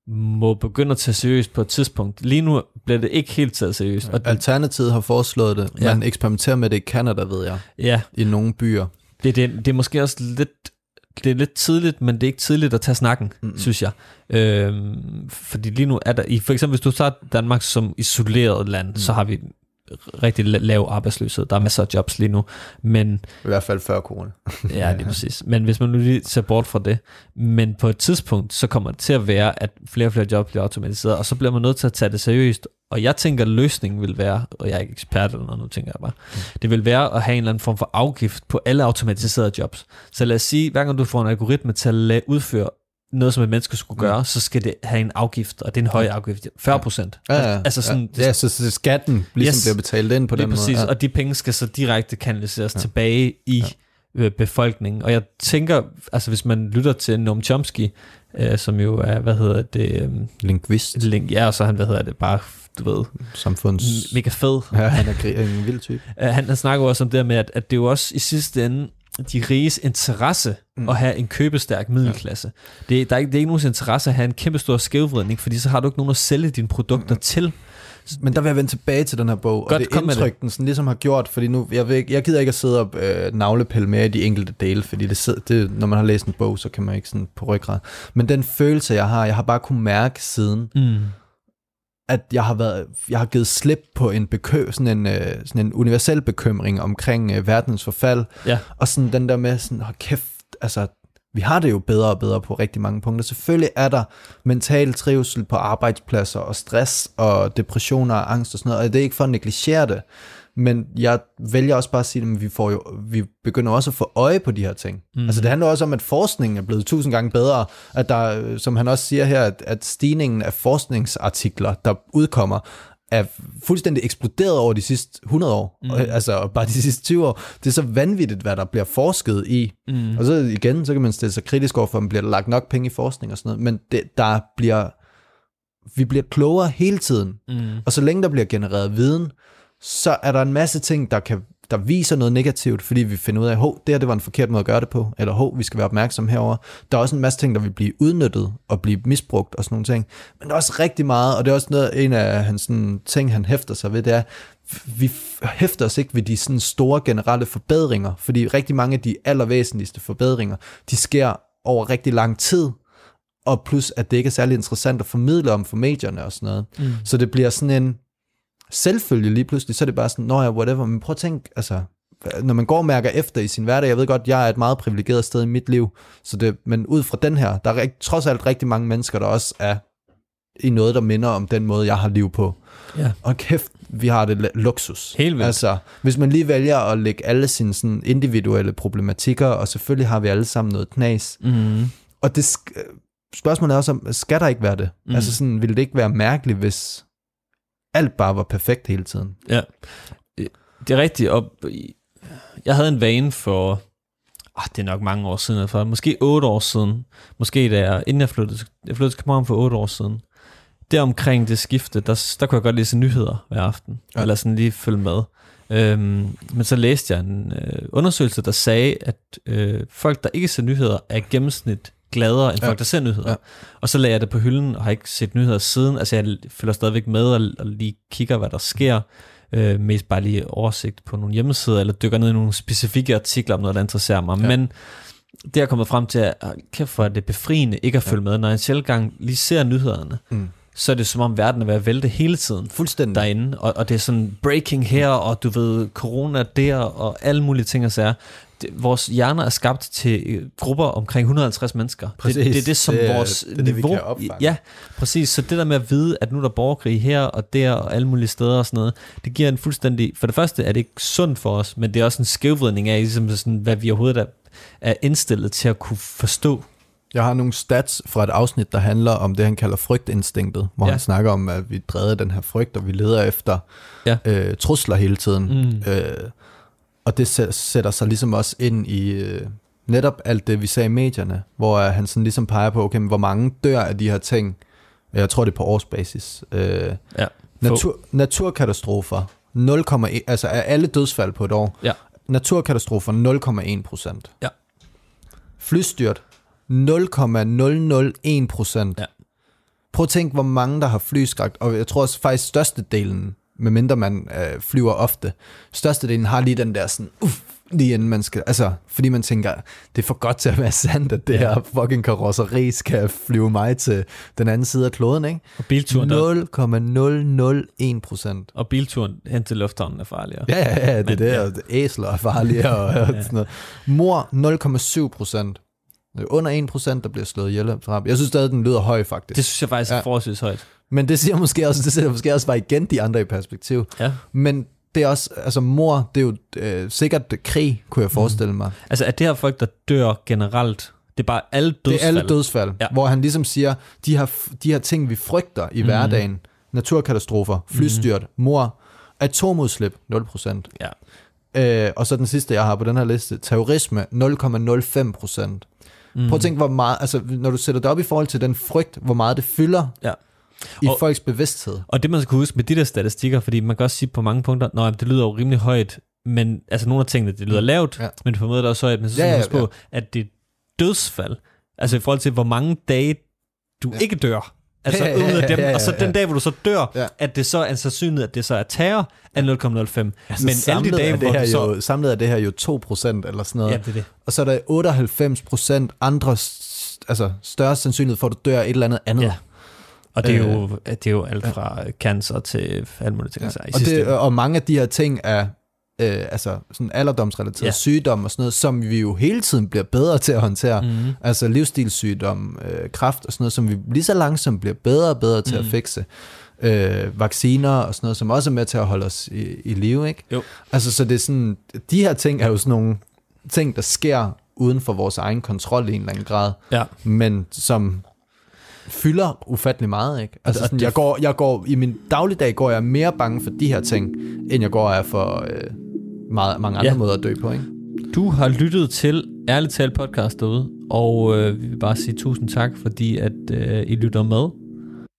må begynde at tage seriøst på et tidspunkt. Lige nu bliver det ikke helt taget seriøst. Og Alternativet har foreslået det, ja. Man eksperimenterer med det i Canada, ved jeg, ja. i nogle byer. Det, det, det er måske også lidt, det er lidt tidligt, men det er ikke tidligt at tage snakken, mm-hmm. synes jeg. Øhm, fordi lige nu er der, i, for eksempel hvis du tager Danmark som isoleret land, mm. så har vi rigtig lav arbejdsløshed. Der er masser af jobs lige nu, men... I hvert fald før corona. Ja, lige præcis. Men hvis man nu lige ser bort fra det, men på et tidspunkt, så kommer det til at være, at flere og flere jobs bliver automatiseret, og så bliver man nødt til at tage det seriøst. Og jeg tænker, at løsningen vil være, og jeg er ikke ekspert eller noget, nu tænker jeg bare, mm. det vil være at have en eller anden form for afgift på alle automatiserede jobs. Så lad os sige, hver gang du får en algoritme til at udføre noget, som et menneske skulle gøre, mm. så skal det have en afgift, og det er en høj afgift, fyrre procent. Ja, ja, altså sådan, ja, ja så, så skatten ligesom yes, bliver betalt ind på den måde. Præcis, ja. Og de penge skal så direkte kanaliseres ja. tilbage i ja. befolkningen. Og jeg tænker, altså hvis man lytter til Noam Chomsky, øh, som jo er, hvad hedder det? Øh, Lingvist. Link, ja, og så han, hvad hedder det, bare, du ved, samfunds... mega fed. Ja, han er en vild type. han, han snakker også om det med, at, at det er jo også i sidste ende de riges interesse mm. at have en købestærk middelklasse. Ja. Det, der er ikke, det er ikke nogens interesse at have en kæmpe stor skævvridning, fordi så har du ikke nogen at sælge dine produkter mm. til. Men der vil jeg vende tilbage til den her bog, godt, og det indtryk, den sådan ligesom har gjort, fordi nu, jeg, ved, jeg gider ikke at sidde og øh, navlepille med i de enkelte dele, fordi det, sidder, det, når man har læst en bog, så kan man ikke sådan på ryggrad. Men den følelse, jeg har, jeg har bare kunne mærke siden, mm. at jeg har været, jeg har givet slip på en bekø, sådan en, øh, sådan en universel bekymring omkring øh, verdens forfald, ja. Og sådan den der med sådan, hold kæft, altså vi har det jo bedre og bedre på rigtig mange punkter. Selvfølgelig er der mental trivsel på arbejdspladser og stress og depressioner og angst og sådan noget, og det er ikke for at negligere det, men jeg vælger også bare at sige, at vi, får jo, vi begynder også at få øje på de her ting. Mm. Altså det handler også om, at forskningen er blevet tusind gange bedre, at der, som han også siger her, at, at stigningen af forskningsartikler, der udkommer, er fuldstændig eksploderet over de sidste hundrede år, mm. altså bare de sidste tyve år. Det er så vanvittigt, hvad der bliver forsket i. Mm. Og så igen, så kan man stille sig kritisk over for, om bliver der lagt nok penge i forskning og sådan noget, men det, der bliver, vi bliver klogere hele tiden, mm. og så længe der bliver genereret viden, så er der en masse ting, der kan der viser noget negativt, fordi vi finder ud af, hov, det her det var en forkert måde at gøre det på, eller hov, vi skal være opmærksom herover. Der er også en masse ting, der vil blive udnyttet og blive misbrugt og sådan nogle ting. Men der er også rigtig meget, og det er også noget, en af hans sådan, ting, han hæfter sig ved, det er, vi hæfter os ikke ved de sådan store generelle forbedringer, fordi rigtig mange af de allervæsentligste forbedringer, de sker over rigtig lang tid, og plus at det ikke er særlig interessant at formidle om for medierne og sådan noget. Mm. Så det bliver sådan en selvfølge lige pludselig, så er det bare sådan, nå ja, whatever, men prøv at tænke, altså, når man går og mærker efter i sin hverdag, jeg ved godt, jeg er et meget privilegeret sted i mit liv, så det, men ud fra den her, der er trods alt rigtig mange mennesker, der også er i noget, der minder om den måde, jeg har liv på. Ja. Og kæft, vi har det luksus. Helt vildt. Altså, hvis man lige vælger at lægge alle sine sådan individuelle problematikker, og selvfølgelig har vi alle sammen noget knas. Mm. Og det spørgsmålet er også, skal der ikke være det? Mm. Altså sådan, ville det ikke være mærkeligt, hvis alt bare var perfekt hele tiden? Ja, det er rigtigt. Og jeg havde en vane for, oh, det er nok mange år siden, for måske otte år siden, måske da jeg, inden jeg flyttede, jeg flyttede til København for otte år siden, der omkring det skifte, der, der kunne jeg godt læse nyheder hver aften, ja. Eller sådan lige følge med. Øhm, men så læste jeg en øh, undersøgelse, der sagde, at øh, folk, der ikke ser nyheder, er i gennemsnit gladere end ja. folk, der ser nyheder. Ja. Og så lagde jeg det på hylden, og har ikke set nyheder siden. Altså jeg følger stadigvæk med, og, og lige kigger, hvad der sker. Øh, mest bare lige oversigt på nogle hjemmesider, eller dykker ned i nogle specifikke artikler om noget, der interesserer mig. Ja. Men det er kommet frem til, at kæft for det befriende ikke at følge ja. med. Når jeg en sjældent gang lige ser nyhederne, mm. så er det som om verden er ved at vælte hele tiden. Fuldstændig. Derinde, og, og det er sådan breaking her, og du ved, corona der, og alle mulige ting og sager. Det, vores hjerner er skabt til grupper omkring et hundrede og halvtreds mennesker. Det, det er det, som det, vores det, det, niveau... Det, ja, præcis. Så det der med at vide, at nu er der borgerkrig her og der, og alle mulige steder og sådan noget, det giver en fuldstændig... For det første er det ikke sundt for os, men det er også en skævvridning af, ligesom sådan, hvad vi overhovedet er, er indstillet til at kunne forstå. Jeg har nogle stats fra et afsnit, der handler om det, han kalder frygtinstinktet, hvor ja. han snakker om, at vi dræder den her frygt, og vi leder efter ja. øh, trusler hele tiden. Mm. Øh, og det sætter sig ligesom også ind i øh, netop alt det, vi ser i medierne, hvor øh, han sådan ligesom peger på, okay, hvor mange dør af de her ting. Jeg tror, det er på årsbasis. Øh, ja. natur, naturkatastrofer, nul komma en, altså af alle dødsfald på et år. Ja. Naturkatastrofer, nul komma en procent. Ja. Flystyrt, nul komma nul nul en procent. Ja. Prøv at tænke, hvor mange der har flyskrækt, og jeg tror også faktisk størstedelen, medmindre man øh, flyver ofte, størstedelen har lige den der sådan, uff, lige inden man skal, altså, fordi man tænker, det er for godt til at være sandt, at det her fucking karosseri skal flyve mig til den anden side af kloden, ikke? Og bilturen nul komma nul nul en procent. Og bilturen hen til lufthavnen er farligere. Ja, ja, ja, det er det, ja. Og æsler er farligere, og, og sådan noget. Mor, nul komma syv procent. Under en procent, der bliver slået ihjel. Jeg synes stadig, den lyder høj, faktisk. Det synes jeg faktisk er ja. forholdsvis højt. Men det siger måske også, det sætter måske også bare igen de andre i perspektiv. Ja. Men det er også, altså mor, det er jo øh, sikkert krig, kunne jeg forestille mig. Mm. Altså er det her folk, der dør generelt, det er bare alle dødsfald? Det er alle dødsfald, ja. Hvor han ligesom siger, de her, de her ting, vi frygter i mm. hverdagen, naturkatastrofer, flystyrt, mm. mor, atomudslip, nul procent. Ja. Øh, og så den sidste, jeg har på den her liste, terrorisme, nul komma nul fem procent. Mm. Prøv at tænke, hvor meget, altså når du sætter det op i forhold til den frygt, hvor meget det fylder ja. i og, folks bevidsthed. Og det man skal huske med de der statistikker, fordi man kan også sige på mange punkter, nej, det lyder jo rimelig højt, men altså nogle af tingene, det lyder lavt, ja. men på en måde der er også højt, men så skal ja, ja, man huske på, ja. at det er dødsfald, altså i forhold til, hvor mange dage du ja. ikke dør. Altså ja, ja, ud af dem, ja, ja, ja. Og så den dag, hvor du så dør, ja. at det så er en sandsynlighed, at det så er terror, af nul komma nul fem. Altså, men alle de dage, hvor du så... Jo, samlet er det her jo to procent eller sådan noget. Ja, det er det. Og så er der otteoghalvfems procent andre, altså større sandsynlighed for, at du dør et eller andet andet. Ja. Og det er, jo, det er jo alt fra ja. cancer til alle mulige ting. Ja. Og, det, og mange af de her ting er øh, altså sådan alderdomsrelateret ja. sygdom og sådan noget, som vi jo hele tiden bliver bedre til at håndtere. Mm-hmm. Altså livsstilssygdom, øh, kræft og sådan noget, som vi lige så langsomt bliver bedre og bedre til mm. at fikse. Øh, vacciner og sådan noget, som også er med til at holde os i, i live, ikke? Jo. Altså så det er sådan, de her ting er jo sådan nogle ting, der sker uden for vores egen kontrol i en eller anden grad, ja. men som fylder ufattelig meget, ikke? Altså sådan, jeg går, jeg går, i min dagligdag går jeg mere bange for de her ting, end jeg går af for øh, meget, mange andre ja. måder at dø på, ikke? Du har lyttet til Ærligt Talt podcast derude, og øh, vi vil bare sige tusind tak, fordi at øh, I lytter med.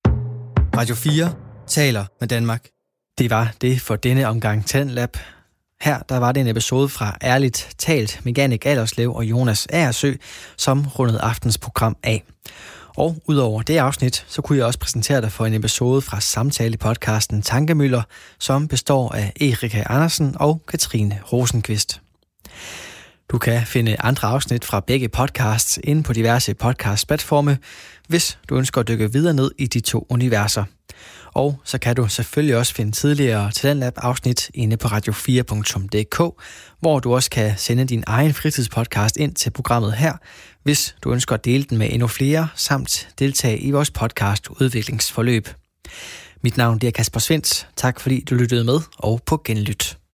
Radio fire taler med Danmark. Det var det for denne omgang TandLab. Her der var det en episode fra Ærligt Talt med Jannik Alderslev og Jonas Agersø, som rundede aftens program af. Og udover det afsnit, så kunne jeg også præsentere dig for en episode fra samtale-podcasten Tankemøller, som består af Erika Andersen og Katrine Rosenqvist. Du kan finde andre afsnit fra begge podcasts inde på diverse podcast-platforme, hvis du ønsker at dykke videre ned i de to universer. Og så kan du selvfølgelig også finde tidligere Talentlab-afsnit inde på radio fire punktum d k, hvor du også kan sende din egen fritidspodcast ind til programmet her, hvis du ønsker at dele den med endnu flere, samt deltage i vores podcast Udviklingsforløb. Mit navn er Kasper Svindt. Tak fordi du lyttede med, og på genlyt.